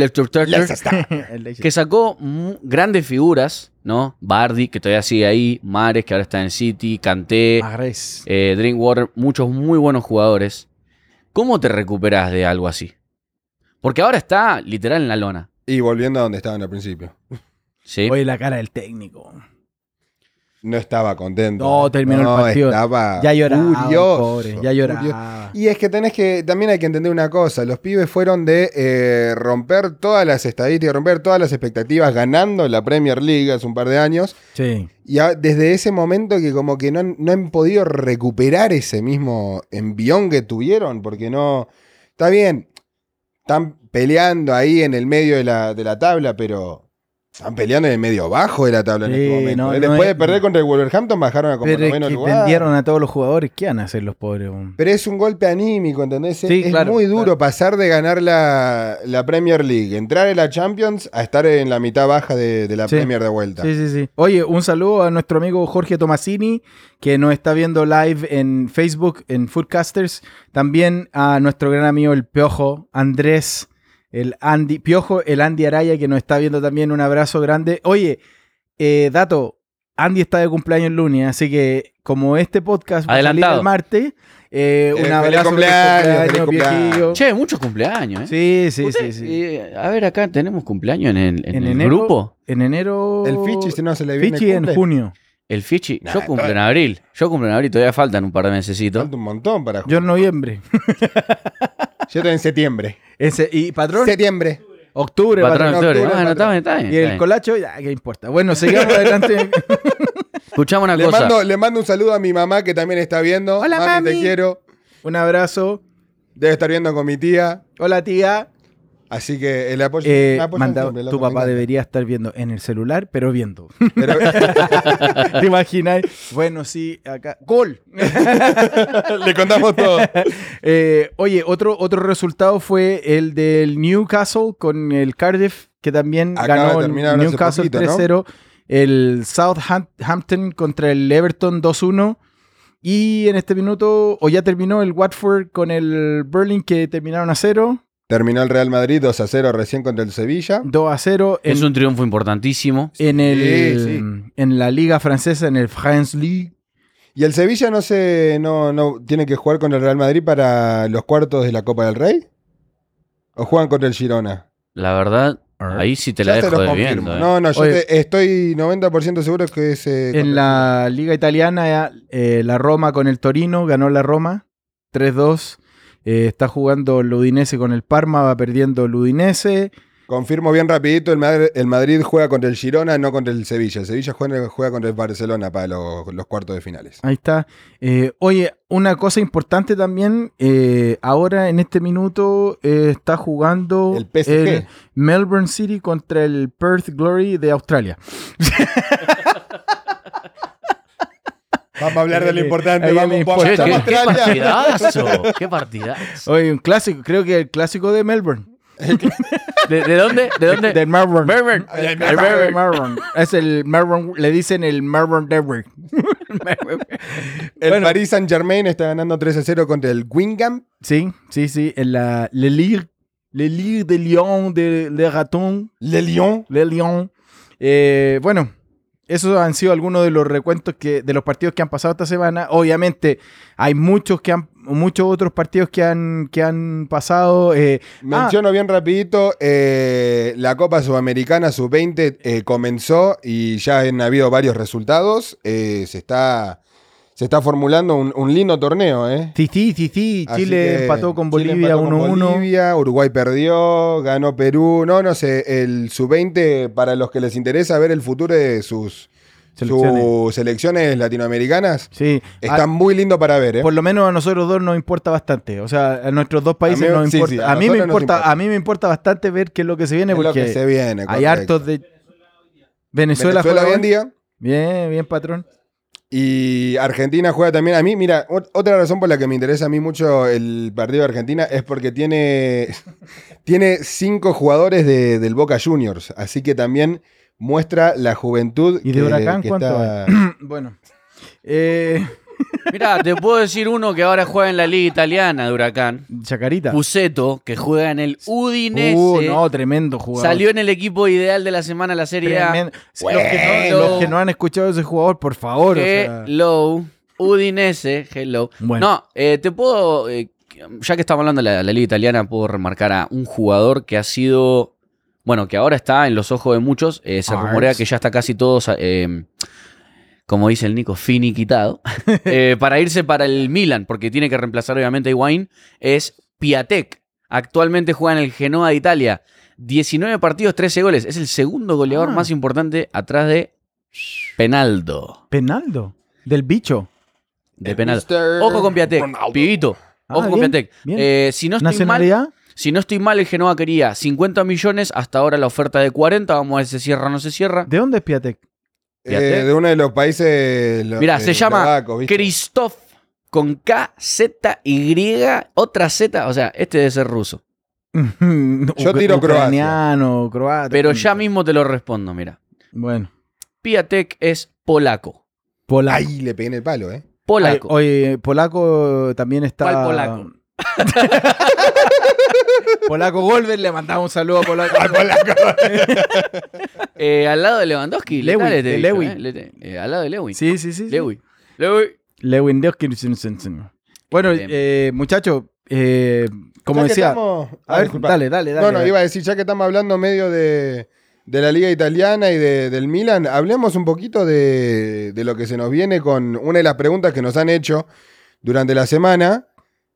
que sacó grandes figuras, ¿no? Bardi, que todavía sigue ahí, Mahrez, que ahora está en City, Kanté, Drinkwater, muchos muy buenos jugadores. ¿Cómo te recuperás de algo así? Porque ahora está literal en la lona. Y volviendo a donde estaban al principio. Sí. Oye, la cara del técnico. No estaba contento. No, terminó el partido. Estaba ya lloraba, furioso, pobre, ya lloraba. Y es que también hay que entender una cosa. Los pibes fueron de romper todas las estadísticas, romper todas las expectativas, ganando la Premier League hace un par de años. Sí. Y desde ese momento que como que no han podido recuperar ese mismo envión que tuvieron, porque no... Está bien, están peleando ahí en el medio de la tabla, pero... Están peleando en el medio bajo de la tabla en este momento. Después de perder contra el Wolverhampton bajaron a como noveno lugar. Vendieron a todos los jugadores. ¿Qué van a hacer los pobres? Pero es un golpe anímico, ¿entendés? Claro, muy duro pasar de ganar la Premier League, entrar en la Champions, a estar en la mitad baja de la Premier de vuelta. Sí. Oye, un saludo a nuestro amigo Jorge Tomasini, que nos está viendo live en Facebook, en Foodcasters. También a nuestro gran amigo el Piojo, Andrés... El Andy Araya, que nos está viendo también, un abrazo grande. Oye, dato, Andy está de cumpleaños el lunes, así que como este podcast va a salir el martes, Un abrazo. Feliz cumpleaños. Che, muchos cumpleaños, ¿eh? Sí. A ver, acá tenemos cumpleaños en el enero, grupo. En enero. El Fichi, si no se le viene. Fichi en junio. El Fichi, yo cumplo en abril. Todavía faltan un par de mesecitos. Falta un montón para Yo en noviembre. Yo estoy en septiembre. ¿Y patrón? Septiembre. Octubre, Patrón, octubre. patrón. Está bien. Y el colacho, ya, ¿qué importa? Bueno, seguimos adelante. Escuchamos una cosa. Le mando un saludo a mi mamá que también está viendo. Hola, mami. Te quiero. Un abrazo. Debe estar viendo con mi tía. Hola, tía. Así que el apoyo. Tu papá debería estar viendo en el celular, pero viendo. ¿Te imaginas? Bueno, sí, acá. ¡Gol! Le contamos todo. Oye, otro resultado fue el del Newcastle con el Cardiff, que también ganó el Newcastle 3-0. ¿No? El Southampton contra el Everton 2-1. Y en este minuto, o ya terminó el Watford con el Burnley, que terminaron a 0. Terminó el Real Madrid 2-0 recién contra el Sevilla. 2-0. Es un triunfo importantísimo. En la Liga Francesa, en el France League. ¿Y el Sevilla no tiene que jugar con el Real Madrid para los cuartos de la Copa del Rey? ¿O juegan contra el Girona? La verdad, ahí sí te la dejo debiendo. No, yo estoy 90% seguro que es... en la Liga Italiana, la Roma con el Torino, ganó la Roma 3-2. Está jugando el Udinese con el Parma, va perdiendo el Udinese. Confirmo bien rapidito, el Madrid juega contra el Girona, no contra el Sevilla. El Sevilla juega contra el Barcelona para los cuartos de finales. Ahí está. Oye, una cosa importante también, ahora en este minuto está jugando el PSG. El Melbourne City contra el Perth Glory de Australia. Vamos a hablar de lo importante. ¿Qué partidazo? ¿Qué partidazo? Oye, un clásico, creo que el clásico de Melbourne. ¿De dónde? De Melbourne. Melbourne. Es el Melbourne, le dicen el Melbourne Derby. El Paris Saint-Germain está ganando 3-0 contra el Guingamp. Sí. En la Le Ligue de Lyon, de Raton. Le Lyon. Bueno, esos han sido algunos de los recuentos de los partidos que han pasado esta semana. Obviamente hay muchos otros partidos que han pasado. Menciono bien rapidito, la Copa Sudamericana Sub-20 comenzó y ya han habido varios resultados. Se está formulando un lindo torneo. Sí. Chile empató con Bolivia 1-1. Uruguay perdió, ganó Perú. No sé, el Sub-20, para los que les interesa ver el futuro de sus selecciones latinoamericanas, sí, está muy lindo para ver. Por lo menos a nosotros dos nos importa bastante. O sea, a nuestros dos países nos importa. Sí, a mí me importa bastante ver qué es lo que se viene, porque hay hartos de Venezuela hoy en día. Bien, patrón. Y Argentina juega también. A mí, mira, otra razón por la que me interesa a mí mucho el partido de Argentina es porque tiene 5 jugadores del Boca Juniors. Así que también muestra la juventud. ¿Y de Huracán cuánto hay? Bueno. Mirá, te puedo decir uno que ahora juega en la Liga Italiana de Huracán. Chacarita. Pusetto, que juega en el Udinese. Tremendo jugador. Salió en el equipo ideal de la semana la Serie A. Los que no han escuchado a ese jugador, por favor. Hello. Udinese, hello. Bueno. No, te puedo, ya que estamos hablando de la Liga Italiana, puedo remarcar a un jugador que ha sido, bueno, que ahora está en los ojos de muchos. Se rumorea que ya está casi todos... como dice el Nico, finiquitado, para irse para el Milan, porque tiene que reemplazar obviamente a Higuaín, es Piatek. Actualmente juega en el Genoa de Italia. 19 partidos, 13 goles. Es el segundo goleador más importante atrás de Penaldo. ¿Penaldo? ¿Del bicho? De Penaldo. Ojo con Piatek, pibito. Ojo con Piatek. Si no estoy mal, el Genoa quería 50 millones, hasta ahora la oferta de 40, vamos a ver si se cierra o no se cierra. ¿De dónde es Piatek? De uno de los países... Mirá, se llama Krzysztof, con K, Z, Y, otra Z. O sea, este debe ser ruso. Yo tiro croata. Pero ya mismo te lo respondo, mira. Bueno. Piatek es polaco. Ahí le pegué en el palo, Polaco. Oye, polaco también está... ¿Cuál polaco? Polaco Golver, le mandamos un saludo a Polaco. Al lado de Lewandowski. Lewin. Al lado de Lewin. Sí. Lewin. Lewandowski. Bueno, muchachos, como decía... A ver, dale. No, iba a decir, ya que estamos hablando medio de la Liga Italiana y del Milan, hablemos un poquito de lo que se nos viene con una de las preguntas que nos han hecho durante la semana.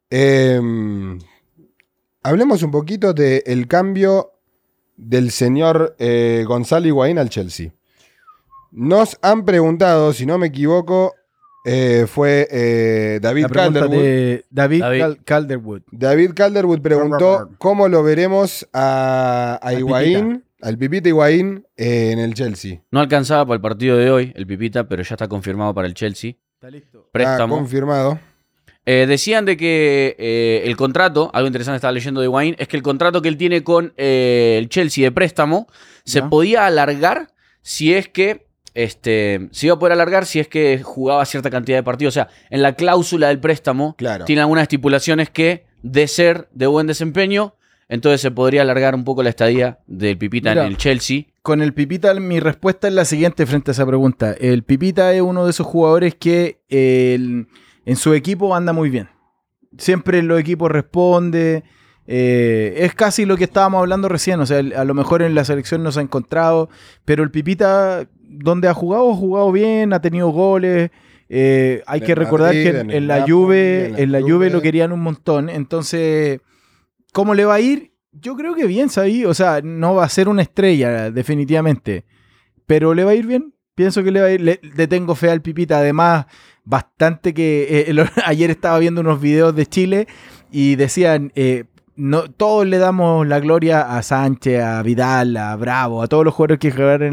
Hablemos un poquito del cambio del señor Gonzalo Higuaín al Chelsea. Nos han preguntado, si no me equivoco, fue David Calderwood. David Calderwood preguntó cómo lo veremos a Higuaín, al Pipita Higuaín, en el Chelsea. No alcanzaba para el partido de hoy, el Pipita, pero ya está confirmado para el Chelsea. Está listo. Préstamo. Confirmado. Decían de que el contrato, algo interesante estaba leyendo de Higuaín, es que el contrato que él tiene con el Chelsea de préstamo se podía alargar si es que se iba a poder alargar si es que jugaba cierta cantidad de partidos. O sea, en la cláusula del préstamo tiene algunas estipulaciones que, de ser de buen desempeño, entonces se podría alargar un poco la estadía del Pipita en el Chelsea. Con el Pipita, mi respuesta es la siguiente frente a esa pregunta. El Pipita es uno de esos jugadores que en su equipo anda muy bien. Siempre en los equipos responde. Es casi lo que estábamos hablando recién. O sea, a lo mejor en la selección no se ha encontrado, pero el Pipita, donde ha jugado bien, ha tenido goles. Hay que recordar que en la Juve lo querían un montón. Entonces, ¿cómo le va a ir? Yo creo que bien, ¿sabí? O sea, no va a ser una estrella, definitivamente. Pero le va a ir bien. Pienso que le va a ir. Le tengo fe al Pipita. Además, bastante que... ayer estaba viendo unos videos de Chile y decían... no, todos le damos la gloria a Sánchez, a Vidal, a Bravo, a todos los jugadores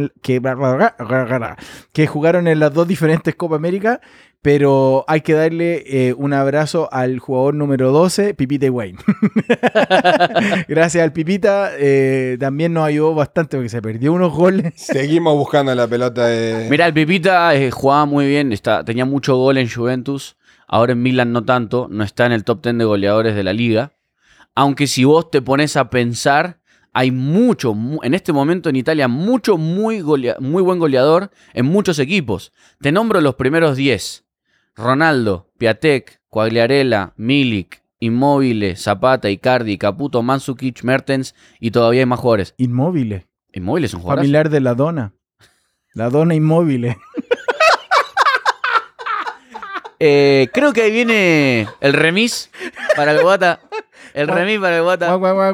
que jugaron en las dos diferentes Copa América, pero hay que darle un abrazo al jugador número 12, Pipita Higuaín. Gracias al Pipita, también nos ayudó bastante porque se perdió unos goles. Seguimos buscando la pelota de... Mira, el Pipita jugaba muy bien, tenía mucho gol en Juventus, ahora en Milan no tanto, no está en el top 10 de goleadores de la liga. Aunque si vos te pones a pensar, hay en este momento en Italia, muy buen goleador en muchos equipos. Te nombro los primeros 10. Ronaldo, Piatek, Quagliarella, Milik, Immobile, Zapata, Icardi, Caputo, Mandzukic, Mertens y todavía hay más jugadores. Immobile es un jugador. Familiar de la Dona. La Dona Immobile. Creo que ahí viene el remis para el Guata. El remis para el Guata.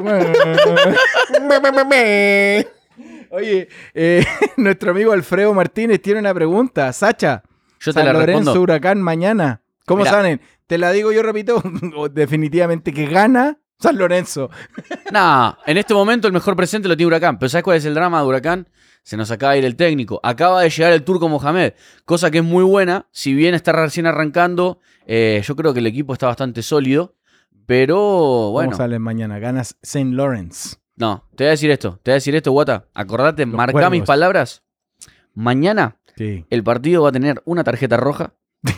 Oye, nuestro amigo Alfredo Martínez tiene una pregunta. Sacha, yo te la Lorenzo, respondo. Huracán mañana. ¿Cómo salen? Te la digo yo, repito, definitivamente que gana San Lorenzo. No, en este momento el mejor presente lo tiene Huracán. Pero ¿sabes cuál es el drama de Huracán? Se nos acaba de ir el técnico. Acaba de llegar el turco Mohamed, cosa que es muy buena. Si bien está recién arrancando, yo creo que el equipo está bastante sólido. Pero bueno. ¿Cómo salen mañana? Ganas St. Lawrence. No, te voy a decir esto, Guata. Acordate, marcá mis palabras. Mañana el partido va a tener una tarjeta roja.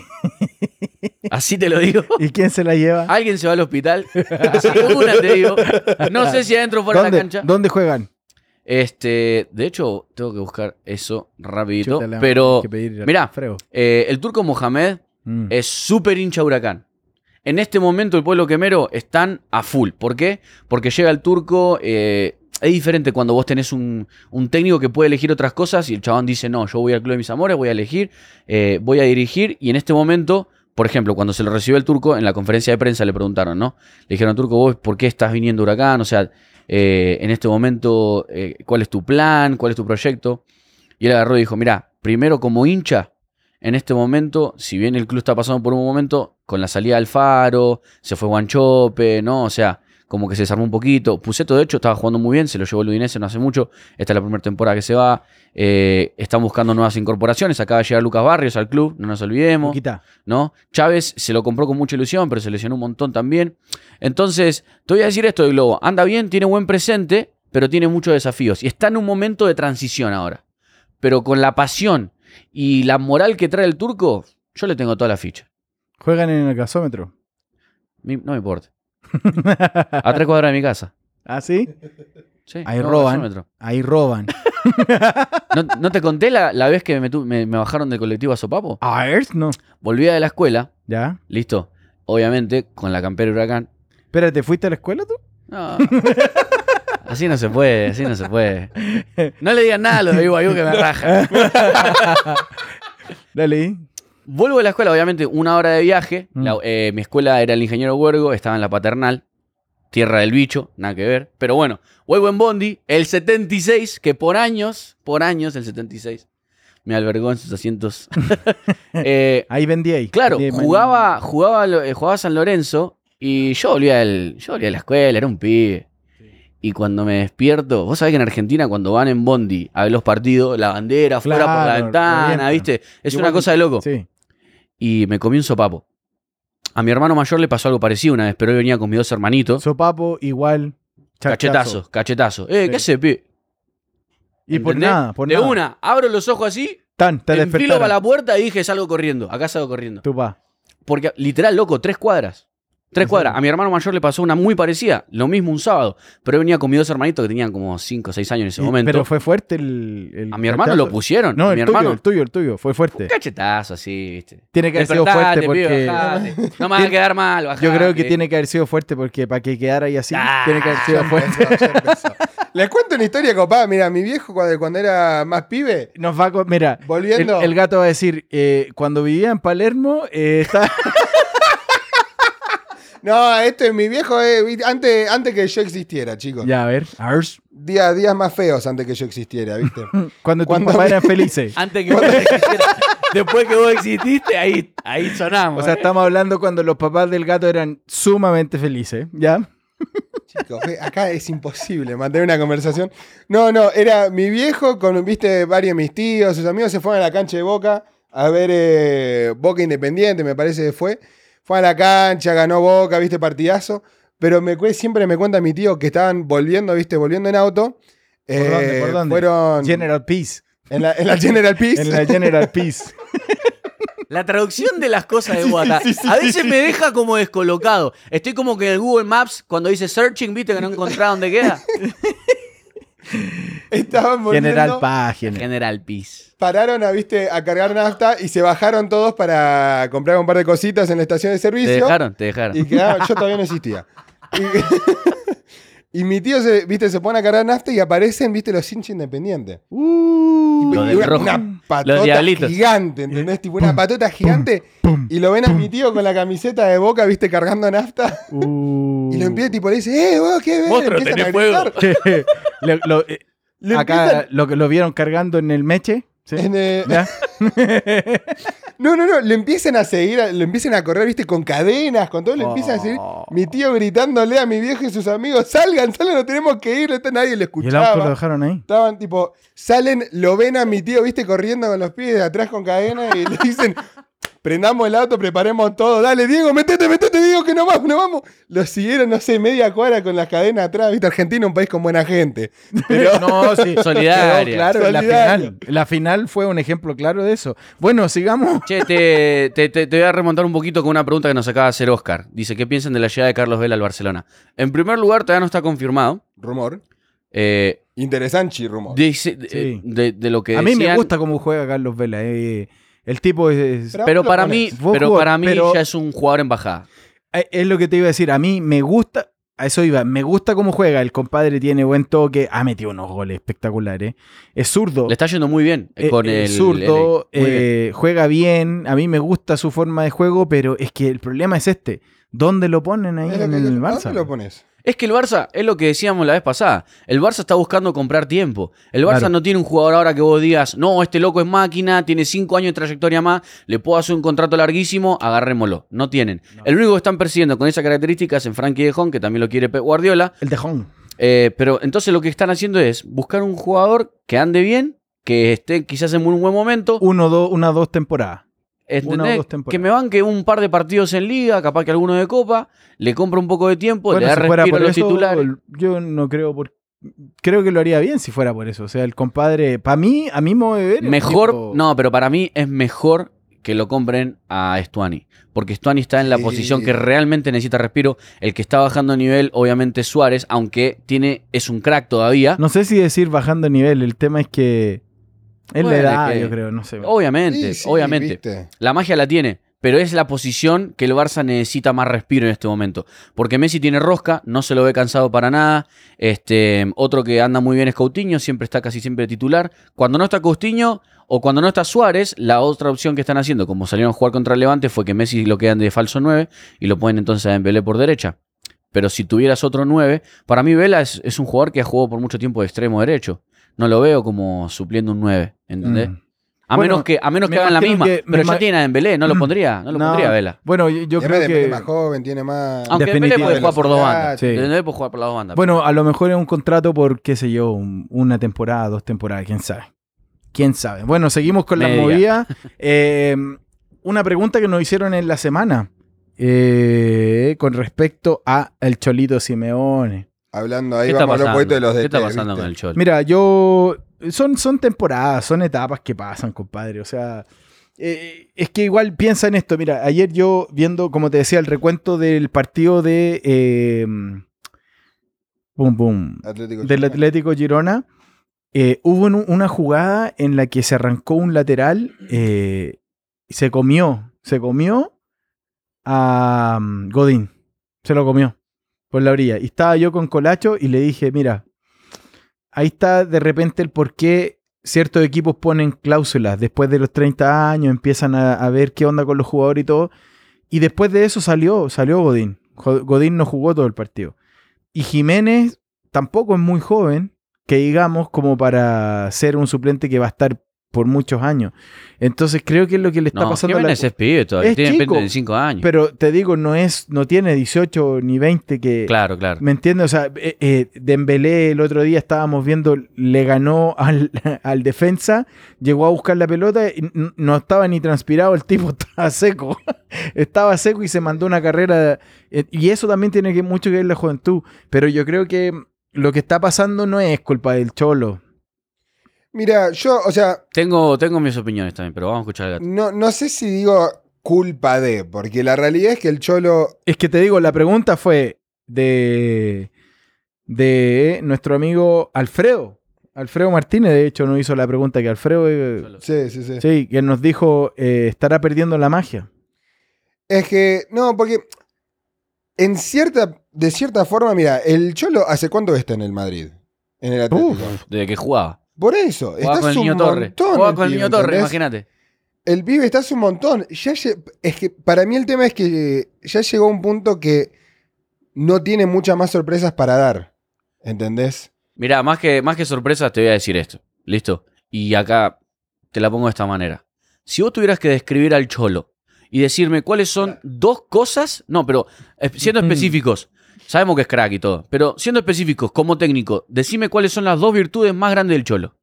Así te lo digo. ¿Y quién se la lleva? Alguien se va al hospital. Una te digo. No sé si adentro o fuera de la cancha. ¿Dónde juegan? De hecho, tengo que buscar eso rapidito. Pero, mirá, el turco Mohamed es súper hincha Huracán. En este momento el pueblo quemero están a full. ¿Por qué? Porque llega el turco. Es diferente cuando vos tenés un técnico que puede elegir otras cosas y el chabón dice, no, yo voy al club de mis amores, voy a elegir, voy a dirigir. Y en este momento, por ejemplo, cuando se lo recibió el turco, en la conferencia de prensa le preguntaron, ¿no? Le dijeron, turco, vos, ¿por qué estás viniendo a Huracán? O sea, en este momento, ¿cuál es tu plan? ¿Cuál es tu proyecto? Y él agarró y dijo, mirá, primero como hincha, en este momento, si bien el club está pasando por un momento, con la salida de Alfaro, se fue Guanchope, ¿no? O sea, como que se desarmó un poquito. Pusetto, de hecho, estaba jugando muy bien, se lo llevó el Udinese no hace mucho. Esta es la primera temporada que se va. Están buscando nuevas incorporaciones. Acaba de llegar Lucas Barrios al club, no nos olvidemos. ¿No? Chávez se lo compró con mucha ilusión, pero se lesionó un montón también. Entonces, te voy a decir esto de Globo. Anda bien, tiene buen presente, pero tiene muchos desafíos. Y está en un momento de transición ahora. Pero con la pasión y la moral que trae el turco, yo le tengo toda la ficha. ¿Juegan en el gasómetro? No me importa. A 3 cuadras de mi casa. ¿Ah, sí? Sí. Ahí roban. Ahí roban. ¿No te conté la vez que me bajaron del colectivo a Sopapo? A ver, no. Volvía de la escuela. ¿Ya? Listo. obviamente, con la campera Huracán. Espérate, ¿fuiste a la escuela tú? No. Así no se puede, así no se puede. No le digan nada a los de Igu que me raja. Dale. Vuelvo a la escuela, obviamente, 1 hora de viaje. Mi escuela era el Ingeniero Huergo, estaba en la Paternal. Tierra del bicho, nada que ver. Pero bueno, vuelvo en Bondi, el 76, que por años, el 76, me albergó en sus asientos. Ahí vendí ahí. Claro, jugaba San Lorenzo y yo volvía a la escuela, era un pibe. Y cuando me despierto, vos sabés que en Argentina cuando van en Bondi a ver los partidos, la bandera fuera por la ventana, ¿viste? Es una cosa de loco. Sí. Y me comí un sopapo. A mi hermano mayor le pasó algo parecido una vez, pero hoy venía con mis 2 hermanitos. Sopapo igual. Cachetazo. Sí. ¿Qué hace, pibe? Y por nada. De una, abro los ojos así, enfilo para la puerta y dije, salgo corriendo. Acá salgo corriendo. Tu pa. Porque, literal, loco, 3 cuadras. 3 cuadras. A mi hermano mayor le pasó una muy parecida. Lo mismo un sábado. Pero él venía con mis 2 hermanitos que tenían como 5 o 6 años en ese momento. Pero fue fuerte el a mi hermano lo pusieron. No, el tuyo. Fue fuerte. Un cachetazo así, ¿viste? Tiene que haber sido fuerte porque... Pibe, no me va a quedar mal, bajate. Yo creo que tiene que haber sido fuerte porque para que quedara ahí así, tiene que haber sido fuerte. Les cuento una historia copada. Mira, mi viejo cuando era más pibe... Nos va a... Mira, volviendo... el gato va a decir, cuando vivía en Palermo, estaba... No, esto es mi viejo, antes que yo existiera, chicos. Ya, a ver. Días más feos antes que yo existiera, ¿viste? Cuando tus papás eran felices. Antes que vos existieras. Después que vos exististe, ahí sonamos. O sea, estamos hablando cuando los papás del gato eran sumamente felices, Chicos, acá es imposible mantener una conversación. No, era mi viejo con, viste, varios de mis tíos, sus amigos se fueron a la cancha de Boca a ver Boca Independiente, me parece que fue. Fue a la cancha, ganó Boca, viste, partidazo. Pero siempre me cuenta mi tío que estaban volviendo en auto. ¿Por dónde? Fueron... General Peace. En la General Peace. En la General Peace. La traducción de las cosas de Guata a veces me deja como descolocado. Estoy como que en el Google Maps, cuando dice searching, viste que no encontraba dónde queda. Estaban volviendo. General Peace. Pararon a cargar nafta y se bajaron todos para comprar un par de cositas en la estación de servicio. Te dejaron. Y yo todavía no existía. Y mi tío se pone a cargar nafta y aparecen, los hinchas independientes. Una patota gigante, ¿entendés? Tipo una patota gigante. Y lo ven a mi tío con la camiseta de Boca, cargando nafta. Y lo empieza, le dice, vos, ¿qué ves? Monstruo, tenés fuego. Acá lo vieron cargando en el Meche. ¿Sí? No, le empiezan a seguir, le empiezan a correr, con cadenas, con todo, le empiezan a seguir. Mi tío gritándole a mi viejo y sus amigos, salgan, no tenemos que ir, nadie le escuchaba. ¿Y el auto lo dejaron ahí? Estaban salen, lo ven a mi tío, corriendo con los pies de atrás con cadenas y le dicen, prendamos el auto, preparemos todo, dale Diego, metete Diego, que no vamos. Lo siguieron, media cuadra con las cadenas atrás, Argentina un país con buena gente. Pero no, sí, solidaria. Claro, la final fue un ejemplo claro de eso. Bueno, sigamos. Che, te voy a remontar un poquito con una pregunta que nos acaba de hacer Oscar. Dice, ¿qué piensan de la llegada de Carlos Vela al Barcelona? En primer lugar, todavía no está confirmado. Rumor. Interesante rumor. Dice, de lo que a mí decían, me gusta cómo juega Carlos Vela. El tipo es... Pero para mí ya es un jugador en bajada. Es lo que te iba a decir. A mí me gusta... A eso iba. Me gusta cómo juega. El compadre tiene buen toque. Ha metido unos goles espectaculares. Es zurdo. Le está yendo muy bien con el zurdo. Juega bien. A mí me gusta su forma de juego, pero es que el problema es este. ¿Dónde lo ponen ahí en el Barça? ¿Dónde lo pones? Es que el Barça, es lo que decíamos la vez pasada, el Barça está buscando comprar tiempo. El Barça no tiene un jugador ahora que vos digas, no, este loco es máquina, tiene 5 años de trayectoria más, le puedo hacer un contrato larguísimo, agarrémoslo. No tienen. No. El único que están persiguiendo con esas características es Frenkie de Jong, que también lo quiere Pep Guardiola. El de Jong. Pero entonces lo que están haciendo es buscar un jugador que ande bien, que esté quizás en un buen momento. Una o dos temporadas. Que me banque un par de partidos en Liga, capaz que alguno de Copa, le compra un poco de tiempo, le da respiro a los titulares. Yo no creo creo que lo haría bien si fuera por eso. O sea, el compadre, para mí, a mí me voy a ver. Mejor, no, pero para mí es mejor que lo compren a Stuani. Porque Stuani está en la posición que realmente necesita respiro. El que está bajando nivel, obviamente, es Suárez, aunque es un crack todavía. No sé si decir bajando nivel, el tema es que... Es la edad, yo creo, no sé. Obviamente, obviamente. ¿Viste? La magia la tiene, pero es la posición que el Barça necesita más respiro en este momento. Porque Messi tiene rosca, no se lo ve cansado para nada. Otro que anda muy bien es Coutinho, siempre está casi siempre titular. Cuando no está Coutinho o cuando no está Suárez, la otra opción que están haciendo, como salieron a jugar contra el Levante, fue que Messi lo quedan de falso 9 y lo ponen entonces a Dembélé por derecha. Pero si tuvieras otro 9, para mí Vela es un jugador que ha jugado por mucho tiempo de extremo derecho. No lo veo como supliendo un 9, ¿entendés? A menos que hagan la misma. Pero ya tiene a Dembélé, no lo pondría Vela. Bueno, yo creo que es más joven, tiene más... Aunque Dembélé puede jugar por dos bandas. Sí. Dembélé puede jugar por las dos bandas. Bueno, a lo mejor es un contrato por, qué sé yo, una temporada, 2 temporadas, quién sabe. ¿Quién sabe? Bueno, seguimos con las movidas. Una pregunta que nos hicieron en la semana con respecto a el Cholito Simeone. Hablando ahí, vamos a hablar un poquito de los detalles. ¿Qué está pasando con el Cholo? Mira, son temporadas, son etapas que pasan, compadre. O sea, es que igual piensa en esto. Mira, ayer yo viendo, como te decía, el recuento del partido de del Atlético Girona, hubo una jugada en la que se arrancó un lateral, se comió a Godín, se lo comió por la orilla. Y estaba yo con Colacho y le dije, mira, ahí está de repente el por qué ciertos equipos ponen cláusulas. Después de los 30 años empiezan a ver qué onda con los jugadores y todo. Y después de eso salió Godín. Godín no jugó todo el partido. Y Jiménez tampoco es muy joven, que digamos, como para ser un suplente que va a estar por muchos años. Entonces creo que es lo que le está pasando Jiménez es pibe todavía, tiene 25 años. Pero te digo, no tiene 18 ni 20 que... Claro. ¿Me entiendes? O sea, Dembélé el otro día estábamos viendo, le ganó al defensa, llegó a buscar la pelota y no estaba ni transpirado, el tipo estaba seco. Estaba seco y se mandó una carrera. Y eso también tiene mucho que ver la juventud. Pero yo creo que lo que está pasando no es culpa del Cholo. Mira, yo, o sea... Tengo mis opiniones también, pero vamos a escuchar al gato. No sé si digo culpa de, porque la realidad es que el Cholo... Es que te digo, la pregunta fue de nuestro amigo Alfredo. Alfredo Martínez, de hecho, nos hizo la pregunta que Alfredo... Sí, que nos dijo, ¿estará perdiendo la magia? Es que, no, porque de cierta forma, mira, el Cholo, ¿hace cuánto está en el Madrid? En el Atlético. Desde que jugaba. Por eso, estás un montón. Jugaba con el Niño Torre, imagínate. El pibe está hace un montón. Es que para mí el tema es que ya llegó a un punto que no tiene muchas más sorpresas para dar. ¿Entendés? Mirá, más que sorpresas te voy a decir esto. ¿Listo? Y acá te la pongo de esta manera. Si vos tuvieras que describir al Cholo y decirme cuáles son dos cosas... No, pero siendo específicos... Sabemos que es crack y todo, pero siendo específicos, como técnico, decime cuáles son las dos virtudes más grandes del Cholo.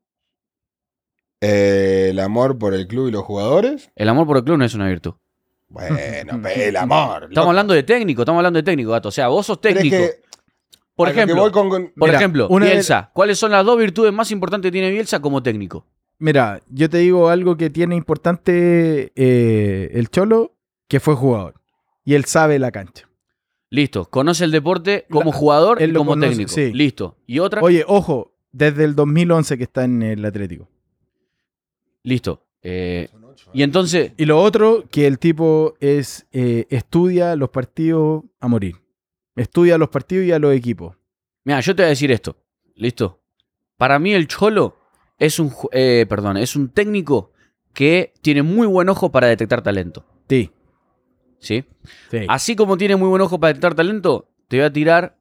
El amor por el club y los jugadores. El amor por el club no es una virtud. Bueno, el amor. Estamos hablando de técnico, gato. O sea, vos sos técnico. Por ejemplo, Bielsa. ¿Cuáles son las dos virtudes más importantes que tiene Bielsa como técnico? Mira, yo te digo algo que tiene importante el Cholo, que fue jugador. Y él sabe la cancha. Listo, conoce el deporte como jugador y como técnico. Sí. Listo. ¿Y otra? Oye, ojo, desde el 2011 que está en el Atlético. Listo. Y entonces... Y lo otro, que el tipo estudia los partidos a morir. Estudia los partidos y a los equipos. Mira, yo te voy a decir esto. ¿Listo? Para mí el Cholo es un técnico que tiene muy buen ojo para detectar talento. Sí. ¿Sí? Así como tiene muy buen ojo para detectar talento, te voy a tirar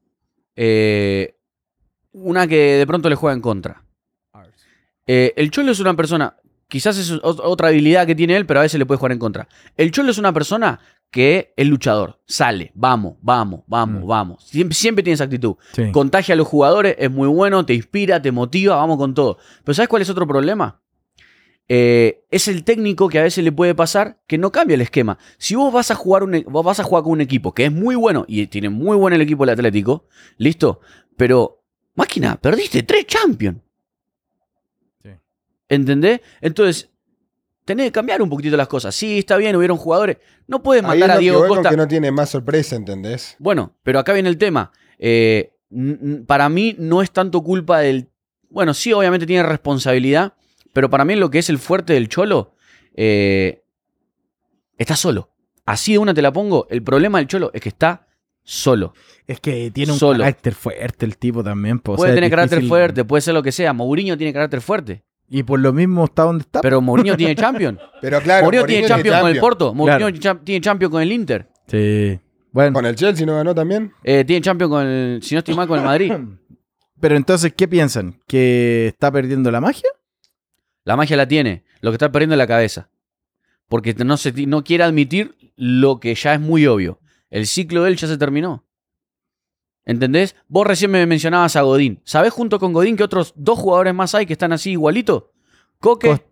una que de pronto le juega en contra. El Cholo es una persona, quizás es otra habilidad que tiene él, pero a veces le puede jugar en contra. El Cholo es una persona que es luchador, sale, vamos. Siempre tiene esa actitud. Sí. Contagia a los jugadores, es muy bueno, te inspira, te motiva, vamos con todo. Pero ¿sabes cuál es otro problema? Es el técnico que a veces le puede pasar que no cambia el esquema. Si vos vas a jugar con un equipo que es muy bueno y tiene muy bueno el equipo del Atlético, listo, pero máquina, perdiste 3 Champions. Sí. ¿Entendés? Entonces, tenés que cambiar un poquitito las cosas. Sí, está bien, hubieron jugadores. No puedes mandar a Diego Costa. Que no tiene más sorpresa, ¿entendés? Bueno, pero acá viene el tema. Para mí no es tanto culpa del... Bueno, sí, obviamente tiene responsabilidad. Pero para mí lo que es el fuerte del Cholo es Está solo. Así de una te la pongo. El problema del Cholo es que está solo. Es que tiene un carácter fuerte el tipo también. Puede tener carácter fuerte, puede ser lo que sea. Mourinho tiene carácter fuerte. Y por lo mismo está donde está. Pero Mourinho tiene Champions. Pero claro, Mourinho tiene Champions con el Porto. Mourinho tiene Champions con el Inter. Sí. Bueno. ¿Con el Chelsea no ganó también? Tiene Champions con el, si no estoy mal, con el Madrid. Pero entonces, ¿qué piensan? ¿Que está perdiendo la magia? La magia la tiene. Lo que está perdiendo es la cabeza. Porque no quiere admitir lo que ya es muy obvio. El ciclo de él ya se terminó. ¿Entendés? Vos recién me mencionabas a Godín. ¿Sabés junto con Godín que otros 2 jugadores más hay que están así igualito? Coque,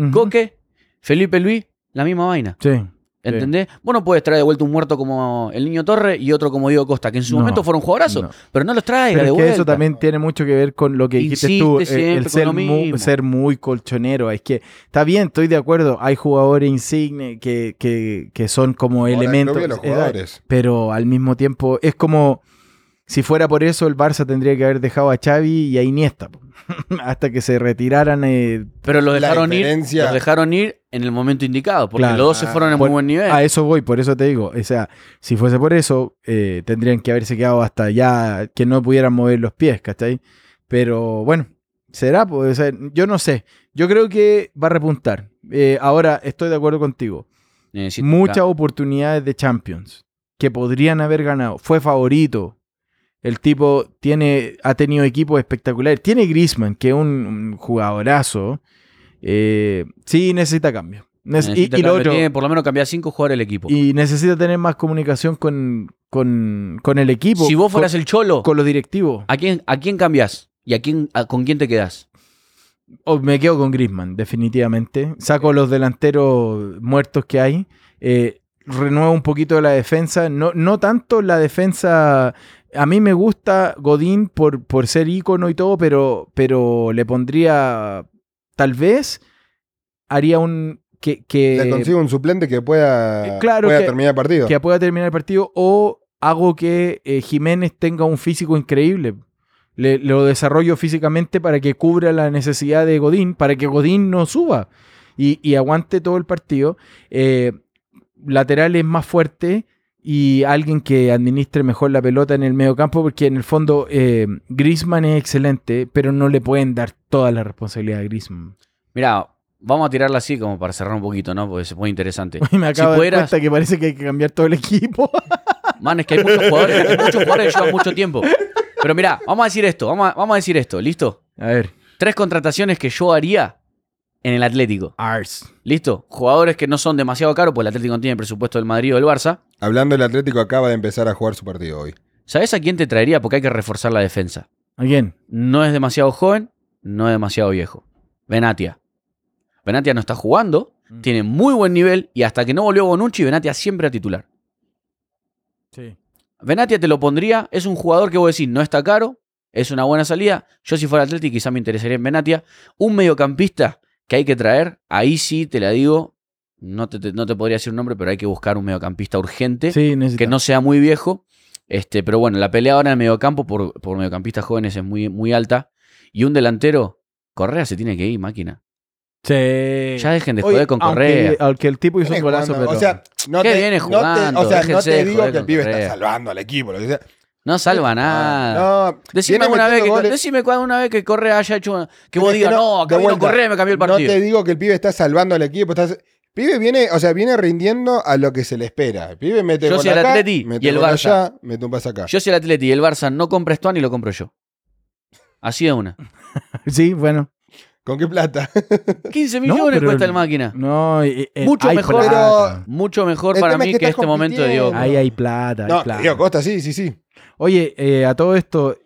Felipe Luis, la misma vaina. Sí. ¿Entendés? Vos no puedes traer de vuelta un muerto como el Niño Torre y otro como Diego Costa, que en su momento fueron jugadorazos, pero no los traiga de vuelta. Eso también tiene mucho que ver con lo que dijiste tú, el ser muy colchonero. Es que está bien, estoy de acuerdo, hay jugadores insignes que son como elementos, pero al mismo tiempo es como si fuera por eso el Barça tendría que haber dejado a Xavi y a Iniesta hasta que se retiraran. Pero los dejaron ir en el momento indicado, porque los dos se fueron en muy buen nivel. A eso voy, por eso te digo. O sea, si fuese por eso, tendrían que haberse quedado hasta ya que no pudieran mover los pies, ¿cachai? Pero bueno, será, pues, o sea, yo no sé. Yo creo que va a repuntar. Ahora, estoy de acuerdo contigo. Muchas oportunidades de Champions que podrían haber ganado. Fue favorito. El tipo ha tenido equipos espectaculares. Tiene Griezmann, que es un jugadorazo. Sí, necesita cambio. Y lo otro, tiene por lo menos cambiar 5 jugadores el equipo. Y necesita tener más comunicación con el equipo. Si vos fueras el Cholo, con los directivos. ¿A quién cambiás? ¿Y con quién te quedás? Me quedo con Griezmann, definitivamente. Saco los delanteros muertos que hay. Renuevo un poquito la defensa. No tanto la defensa. A mí me gusta Godín por ser ícono y todo, pero le pondría, tal vez, haría le consigo un suplente que pueda terminar el partido. Que pueda terminar el partido, o hago que Jiménez tenga un físico increíble. Lo desarrollo físicamente para que cubra la necesidad de Godín, para que Godín no suba y aguante todo el partido. Laterales más fuertes. Y alguien que administre mejor la pelota en el medio campo, porque en el fondo Griezmann es excelente, pero no le pueden dar toda la responsabilidad a Griezmann. Mirá, vamos a tirarla así como para cerrar un poquito, ¿no? Porque es muy interesante. Me acabo de dar cuenta que parece que hay que cambiar todo el equipo. Man, es que hay muchos jugadores que llevan mucho tiempo. Pero mirá, vamos a decir esto, vamos a decir esto, ¿listo? A ver. 3 contrataciones que yo haría en el Atlético. ¿Listo? Jugadores que no son demasiado caros, porque el Atlético no tiene presupuesto del Madrid o del Barça. Hablando del Atlético, acaba de empezar a jugar su partido hoy. ¿Sabés a quién te traería? Porque hay que reforzar la defensa. ¿A quién? No es demasiado joven, no es demasiado viejo. Benatia. Benatia no está jugando, tiene muy buen nivel, y hasta que no volvió Bonucci, Benatia siempre a titular. Sí. Benatia te lo pondría, es un jugador que vos decís, no está caro, es una buena salida. Yo si fuera Atlético quizá me interesaría en Benatia. Un mediocampista que hay que traer, ahí sí te la digo, no te podría decir un nombre, pero hay que buscar un mediocampista urgente, que no sea muy viejo. Pero bueno, la pelea ahora en el mediocampo por mediocampistas jóvenes es muy, muy alta. Y un delantero, Correa se tiene que ir, máquina. Sí. Ya dejen de joder con Correa. Aunque el tipo hizo un golazo, pero... O sea, no viene jugando. No te digo que el pibe está salvando al equipo, lo que sea. No salva nada. No, decime una vez que Correa haya hecho... Que vos digas, no, acá vino Correa y me cambió el partido. No te digo que el pibe está salvando al equipo. El pibe viene rindiendo a lo que se le espera. El pibe mete gol acá, Atleti mete gol allá, mete un pase acá. Yo soy el Atleti y el Barça no compra Stuani y lo compro yo. Así de una. Sí, bueno. ¿Con qué plata? 15 millones cuesta el máquina. No, mucho mejor para mí que este momento de Diego. Ahí hay plata. Diego Costa, sí. Oye, a todo esto...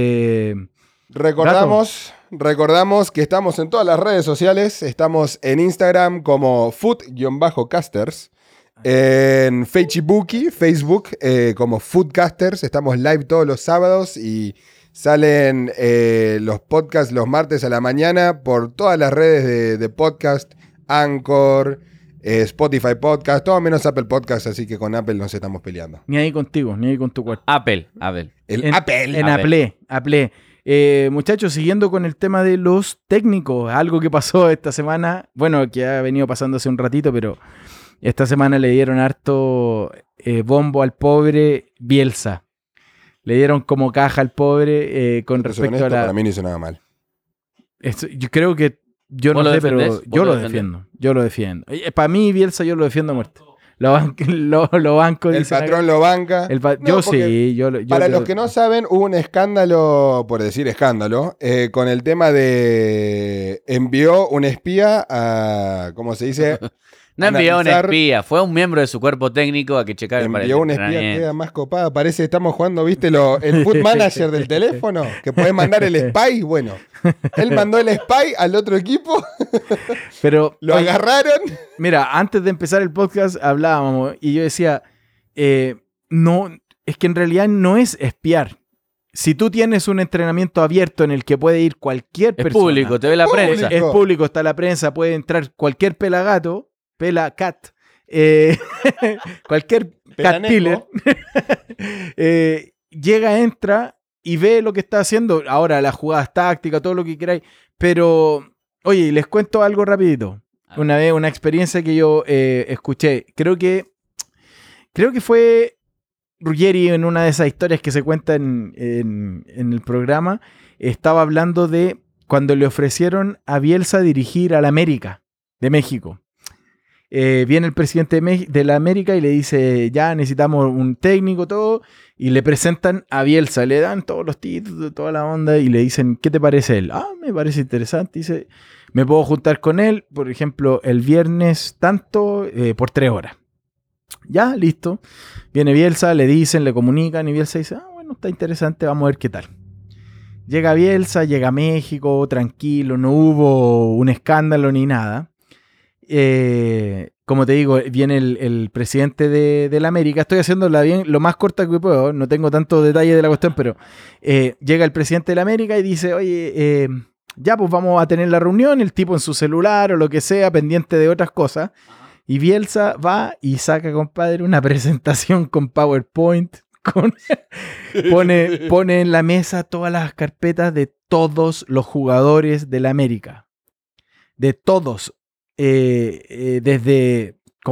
Recordamos que estamos en todas las redes sociales. Estamos en Instagram como food-casters. En Facebook como Foodcasters. Estamos live todos los sábados y salen los podcasts los martes a la mañana por todas las redes de podcast. Anchor, Spotify Podcast, todo menos Apple Podcast, así que con Apple nos estamos peleando. Ni ahí contigo, ni ahí con tu cuarto. Apple. En Apple. Muchachos, siguiendo con el tema de los técnicos, algo que pasó esta semana, bueno, que ha venido pasando hace un ratito, pero esta semana le dieron harto bombo al pobre Bielsa. Le dieron como caja al pobre con respecto a la... Para mí no hizo nada mal. Yo creo que... Yo no sé, pero yo lo defiendo. Yo lo defiendo. Para mí, Bielsa, yo lo defiendo a muerte. Lo banco. El patrón lo banca. Yo sí. Para los que no saben, hubo un escándalo, por decir escándalo, con el tema de... Envió un espía a... ¿Cómo se dice? No envió un espía, fue un miembro de su cuerpo técnico a que checara el Envió un espía, queda más copada. Parece que estamos jugando, ¿viste? El foot manager del teléfono, que puede mandar el spy. Bueno, él mandó el spy al otro equipo. Pero lo agarraron. Mira, antes de empezar el podcast hablábamos y yo decía, no, es que en realidad no es espiar. Si tú tienes un entrenamiento abierto en el que puede ir cualquier persona. Es público, te ve la prensa. Es público, está la prensa, puede entrar cualquier pelagato. Pela cat, cualquier cat killer, llega, entra y ve lo que está haciendo. Ahora las jugadas tácticas, todo lo que queráis. Pero, oye, les cuento algo rapidito. Una vez, una experiencia que yo escuché. Creo que fue Ruggeri en una de esas historias que se cuenta en el programa. Estaba hablando de cuando le ofrecieron a Bielsa dirigir al América de México. Viene el presidente de la América y le dice, ya necesitamos un técnico, todo, y le presentan a Bielsa, le dan todos los títulos, toda la onda, y le dicen, ¿qué te parece él? Me parece interesante, dice, me puedo juntar con él, por ejemplo, el viernes tanto, por 3 horas. Ya, listo. Viene Bielsa, le dicen, le comunican, y Bielsa dice, bueno, está interesante, vamos a ver qué tal. Llega Bielsa, llega a México, tranquilo, no hubo un escándalo ni nada. Como te digo, viene el presidente de la América. Estoy haciéndola bien, lo más corta que puedo. No tengo tantos detalles de la cuestión, pero llega el presidente de la América y dice, oye, ya pues vamos a tener la reunión, el tipo en su celular o lo que sea, pendiente de otras cosas. Y Bielsa va y saca, compadre, una presentación con PowerPoint. Pone en la mesa todas las carpetas de todos los jugadores de la América. De todos. Desde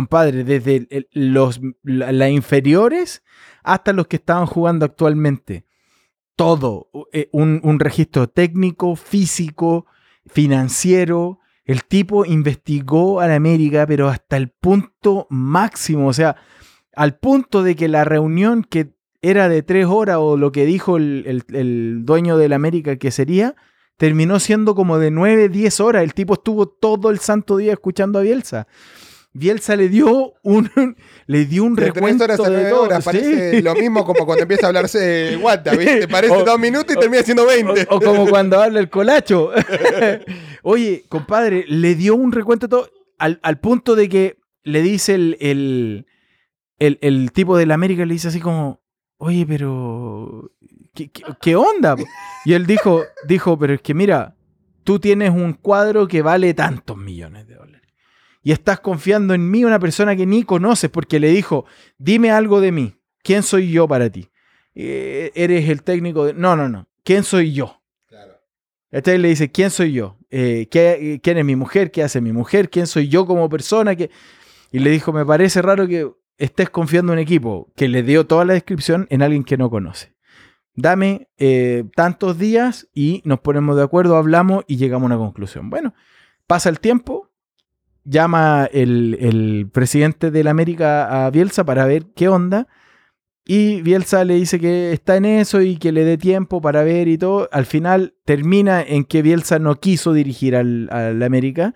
las inferiores hasta los que estaban jugando actualmente. Todo. Un registro técnico, físico, financiero. El tipo investigó a la América, pero hasta el punto máximo. O sea, al punto de que la reunión que era de 3 horas o lo que dijo el dueño de la América que sería, terminó siendo como de 9, 10 horas. El tipo estuvo todo el santo día escuchando a Bielsa. Bielsa le dio un de recuento 3 horas a 9 de todo. horas. Parece lo mismo como cuando empieza a hablarse Guata, ¿viste? Parece 2 minutos y termina siendo 20. O como cuando habla el colacho. Oye, compadre, le dio un recuento de todo al punto de que le dice el tipo de la América, le dice así como, oye, pero... ¿Qué onda? Y él dijo, pero es que mira, tú tienes un cuadro que vale tantos millones de dólares. Y estás confiando en mí, una persona que ni conoces, porque le dijo, dime algo de mí. ¿Quién soy yo para ti? ¿Eres el técnico de...? No. ¿Quién soy yo? Claro. Entonces le dice, ¿quién soy yo? ¿Quién es mi mujer? ¿Qué hace mi mujer? ¿Quién soy yo como persona? Y le dijo, me parece raro que estés confiando en un equipo que le dio toda la descripción en alguien que no conoce. Dame tantos días y nos ponemos de acuerdo, hablamos y llegamos a una conclusión. Bueno, pasa el tiempo, llama el presidente de la América a Bielsa para ver qué onda y Bielsa le dice que está en eso y que le dé tiempo para ver y todo. Al final termina en que Bielsa no quiso dirigir al América,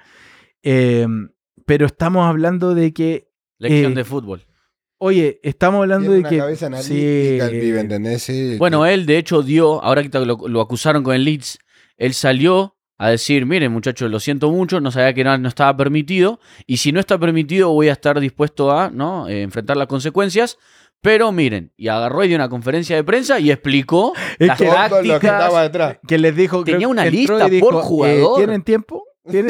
pero estamos hablando de que... Lección de fútbol. Oye, estamos hablando de que... cabeza analítica, el pibe, ¿entendés? Sí, bueno, él de hecho dio, ahora que lo acusaron con el Leeds, él salió a decir, miren muchachos, lo siento mucho, no sabía que no estaba permitido, y si no está permitido voy a estar dispuesto a enfrentar las consecuencias, pero miren, y agarró y dio una conferencia de prensa y explicó las tácticas. Lo que estaba detrás. Que les dijo... Tenía una lista por jugador. ¿Tienen tiempo?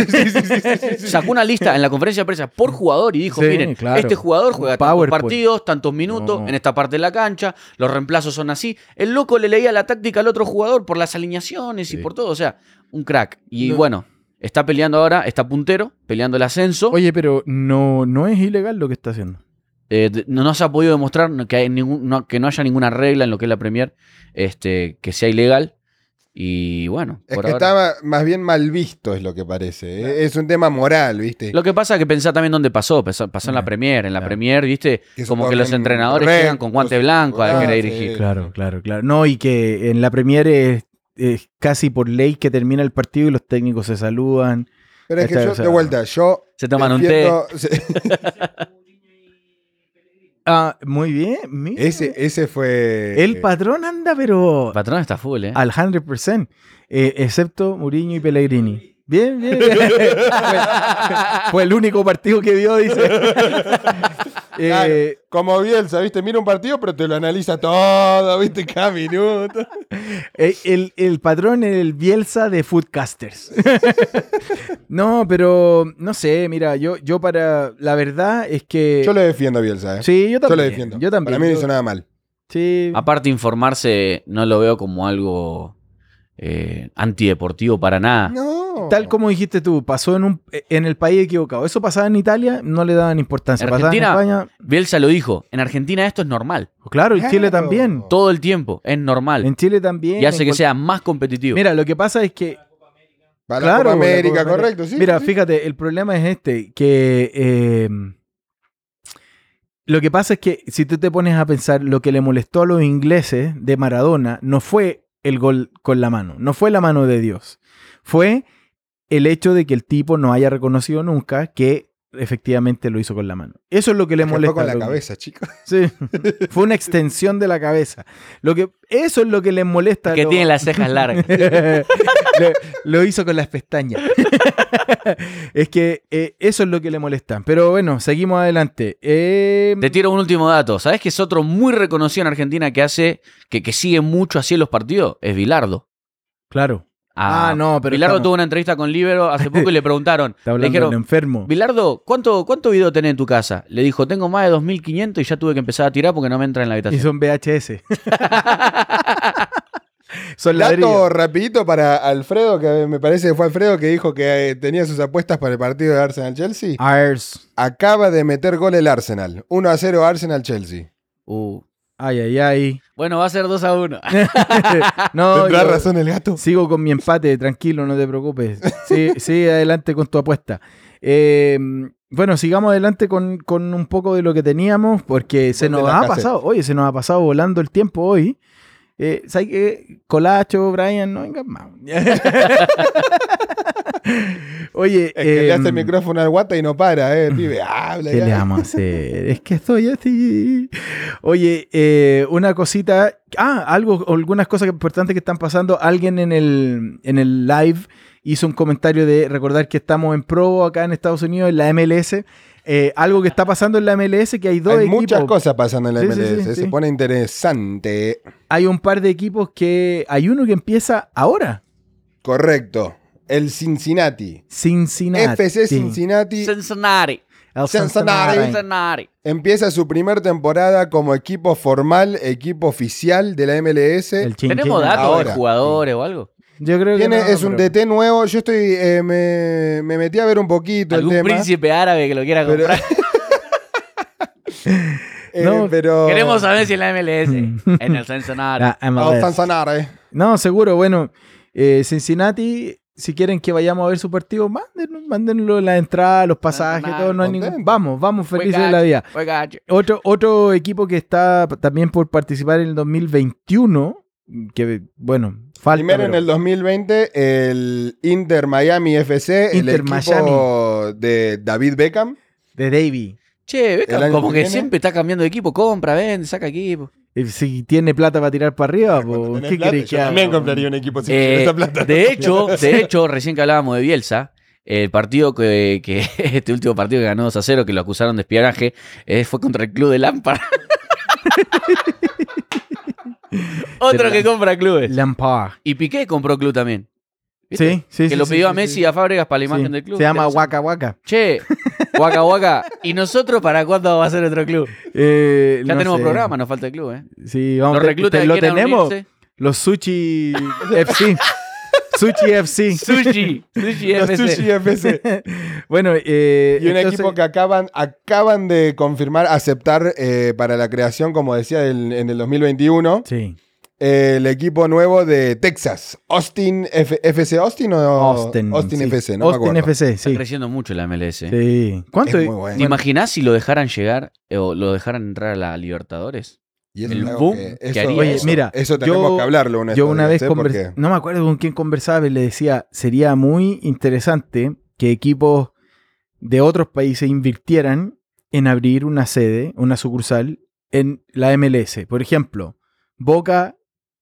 Sacó una lista en la conferencia de prensa por jugador y dijo, miren, claro, este jugador juega tantos partidos, tantos minutos en esta parte de la cancha, los reemplazos son así. El loco le leía la táctica al otro jugador por las alineaciones y por todo, o sea, un crack. Y bueno, Está peleando ahora, está puntero, peleando el ascenso. Oye, pero no es ilegal lo que está haciendo. No se ha podido demostrar que no haya ninguna regla en lo que es la Premier que sea ilegal. Y bueno, es por que ahora... estaba más bien mal visto, es lo que parece. Claro. Es un tema moral, ¿viste? Lo que pasa es que pensá también dónde pasó. Pasó en la Premier. En la Premier, ¿viste? Como que los entrenadores llegan con guante blanco a querer dirigir. Claro. No, y que en la Premier es casi por ley que termina el partido y los técnicos se saludan. Pero es que yo, de vuelta, se toman un té. Muy bien. Mira. Ese fue... El patrón anda, pero... El patrón está full, al 100%. Excepto Mourinho y Pellegrini. Bien. Fue el único partido que vio, dice. Claro, como Bielsa, ¿viste? Mira un partido, pero te lo analiza todo, ¿viste? Cada minuto. El patrón es el Bielsa de Foodcasters. No, pero no sé, mira, yo para... La verdad es que... Yo lo defiendo a Bielsa, ¿eh? Sí, yo también. Yo lo defiendo. Yo también. Para mí no hizo nada mal. Sí. Aparte, informarse no lo veo como algo antideportivo para nada. No. Tal como dijiste tú, pasó en el país equivocado. Eso pasaba en Italia, no le daban importancia. En Argentina, Argentina, en España... Bielsa lo dijo, en Argentina esto es normal. Claro, en Chile también. Todo el tiempo, es normal. En Chile también. Y hace que sea más competitivo. Mira, lo que pasa es que... Para la Copa América, correcto, sí. Mira, sí. fíjate, el problema es que lo que pasa es que si tú te pones a pensar, lo que le molestó a los ingleses de Maradona no fue el gol con la mano, no fue la mano de Dios, fue el hecho de que el tipo no haya reconocido nunca que efectivamente lo hizo con la mano. Eso es lo que le molesta. Fue con la cabeza, chicos. Sí, fue una extensión de la cabeza. Eso es lo que les molesta. Que tiene las cejas largas. Lo hizo con las pestañas. Es que eso es lo que le molesta. Pero bueno, seguimos adelante. Te tiro un último dato. ¿Sabés que es otro muy reconocido en Argentina que sigue mucho así en los partidos? Es Bilardo. Claro. No, pero Bilardo tuvo una entrevista con Libero hace poco y le preguntaron. Está hablando le dijeron, del enfermo. Bilardo, ¿cuánto video tenés en tu casa? Le dijo, tengo más de 2.500 y ya tuve que empezar a tirar porque no me entra en la habitación. Y son VHS. Son dato rapidito para Alfredo, que me parece que fue Alfredo que dijo que tenía sus apuestas para el partido de Arsenal-Chelsea. Acaba de meter gol el Arsenal. 1-0 Arsenal-Chelsea. Ay. Bueno, va a ser 2-1. No, ¿tendrá razón el gato? Sigo con mi empate, tranquilo, no te preocupes. Sí, adelante con tu apuesta. Bueno, sigamos adelante con un poco de lo que teníamos, porque se nos ha pasado volando el tiempo hoy. ¿Sabes qué? Colacho, Brian, no vengan más. Oye, es que le hace el micrófono al guata y no para, pibe, habla. ¿Qué le vamos a hacer? Es que estoy así. Oye, una cosita, algunas cosas importantes que están pasando. Alguien en el live hizo un comentario de recordar que estamos en Provo acá en Estados Unidos, en la MLS. Algo que está pasando en la MLS, que hay dos equipos. Hay muchas cosas pasando en la MLS, sí. Se pone interesante. Hay un par de equipos hay uno que empieza ahora. Correcto, el Cincinnati. FC Cincinnati. Cincinnati. Empieza su primer temporada como equipo formal, equipo oficial de la MLS. ¿Tenemos datos de jugadores o algo? Yo creo que es un DT nuevo. Yo estoy me metí a ver un poquito el tema. ¿Algún príncipe árabe que lo quiera comprar? Pero queremos saber si en la MLS, en el Cincinnati. No, seguro. Bueno, Cincinnati, si quieren que vayamos a ver su partido, mándenlo la entrada, los pasajes, todo. No hay ningún. Vamos felices de la vida. Otro equipo que está también por participar en el 2021, que bueno, falta. Primero en el 2020, el Inter Miami FC, el equipo de David Beckham. De Davey. Che, Beckham como que siempre está cambiando de equipo, compra, vende, saca equipo. Si tiene plata para tirar para arriba, ¿qué querés que haga? También compraría un equipo sin esa plata. De hecho, recién que hablábamos de Bielsa, el partido que este último partido que ganó 2-0, que lo acusaron de espionaje, fue contra el club de Lampard. Otro que compra clubes. Lampard. Y Piqué compró club también. ¿Viste? Sí. Que lo pidió a Messi y a Fábregas para la imagen del club. Se llama Waka Waka. Che, Waka Waka. ¿Y nosotros para cuándo va a ser otro club? Ya tenemos programa, nos falta el club, Sí, vamos. Los reclutas lo tenemos. Los Sushi FC. Sushi FC. Sushi FC. Sushi FC. Bueno, y un equipo que acaban de confirmar, aceptar para la creación, como decía, en el 2021. Sí. El equipo nuevo de Texas, Austin FC, ¿Austin o Austin sí. FC? No Austin me acuerdo. FC, Está sí. creciendo mucho la MLS. Sí. ¿Cuánto? Es muy bueno. ¿Te imaginás si lo dejaran llegar o lo dejaran entrar a la Libertadores? Y eso el es algo boom que que haría Oye, eso. mira, eso tenemos que hablarlo yo una vez porque no me acuerdo con quién conversaba, y le decía, sería muy interesante que equipos de otros países invirtieran en abrir una sede, una sucursal en la MLS. Por ejemplo, Boca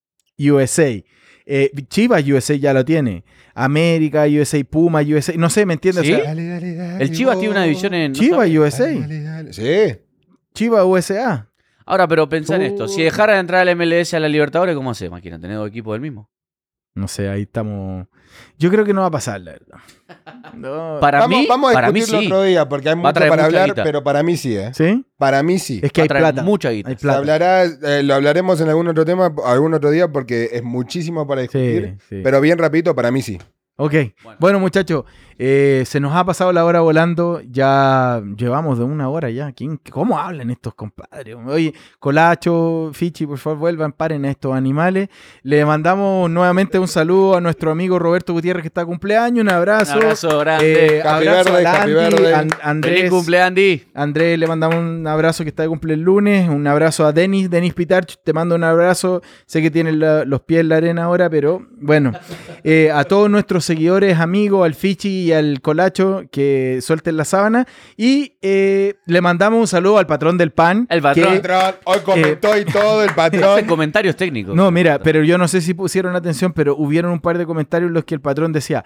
USA. Chivas USA ya lo tiene. América USA, Puma USA. No sé, ¿me entiendes? ¿Sí? O sea, Dale, El Chivas tiene una división en... ¿no Chivas sabía? USA. Sí. Chivas USA. Ahora, pero pensá en esto. Si dejaran de entrar a la MLS a la Libertadores, ¿cómo hace, máquina? ¿Tener dos equipos del mismo? No sé, ahí estamos. Yo creo que no va a pasar, la verdad. No. Vamos a para mí discutirlo sí. otro día porque hay Va a mucho traer para mucha hablar, guita. pero para mí sí, ¿eh? ¿Sí? Para mí sí. Es que Va a hay traer plata. mucha guita. Hay Se plata. hablará, lo hablaremos en algún otro tema, algún otro día, porque es muchísimo para discutir. Sí, sí. Pero bien rapidito, para mí sí. Ok. Bueno, muchachos, se nos ha pasado la hora volando. Ya llevamos de 1 hora ya. ¿Cómo hablan estos compadres? Oye, Colacho, Fichi, por favor, vuelvan, paren a estos animales. Le mandamos nuevamente un saludo a nuestro amigo Roberto Gutiérrez, que está de cumpleaños. Un abrazo. Un abrazo grande. Abrazo verde, a happy Andy, verde. Andrés. ¡Feliz cumpleaños! Andrés, le mandamos un abrazo, que está de cumple el lunes. Un abrazo a Denis Pitarch, te mando un abrazo. Sé que tiene los pies en la arena ahora, pero bueno. A todos nuestros seguidores, amigos, al Fichi y al Colacho, que suelten la sábana. Y le mandamos un saludo al patrón del pan. El patrón. Patrón, hoy comentó y todo el Hace patrón. comentarios técnicos. No, mira, pero yo no sé si pusieron atención, pero hubieron un par de comentarios en los que el patrón decía,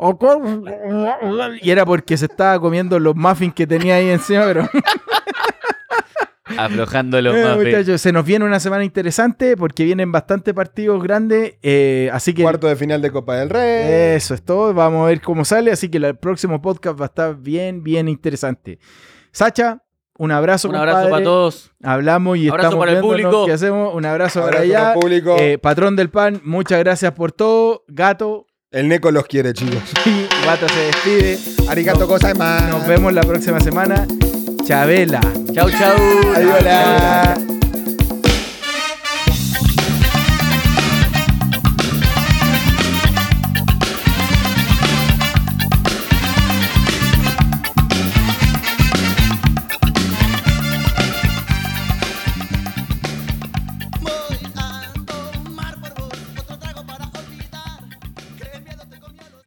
y era porque se estaba comiendo los muffins que tenía ahí encima, pero... Aflojando los más. Muchachos, se nos viene una semana interesante porque vienen bastantes partidos grandes, así que... Cuarto de final de Copa del Rey. Eso es todo, vamos a ver cómo sale, así que el próximo podcast va a estar bien, bien interesante. Sacha, un abrazo, Un abrazo compadre. para todos. Hablamos y Abrazo estamos para el viéndonos público. qué hacemos. Un abrazo, Abrazo para allá. para el público. Patrón del pan, muchas gracias por todo. Gato, El Neco los quiere, chicos. y Guata se despide. Arigato gozaimasu. Nos vemos la próxima semana. Chabela. Chau, chau. Adiós.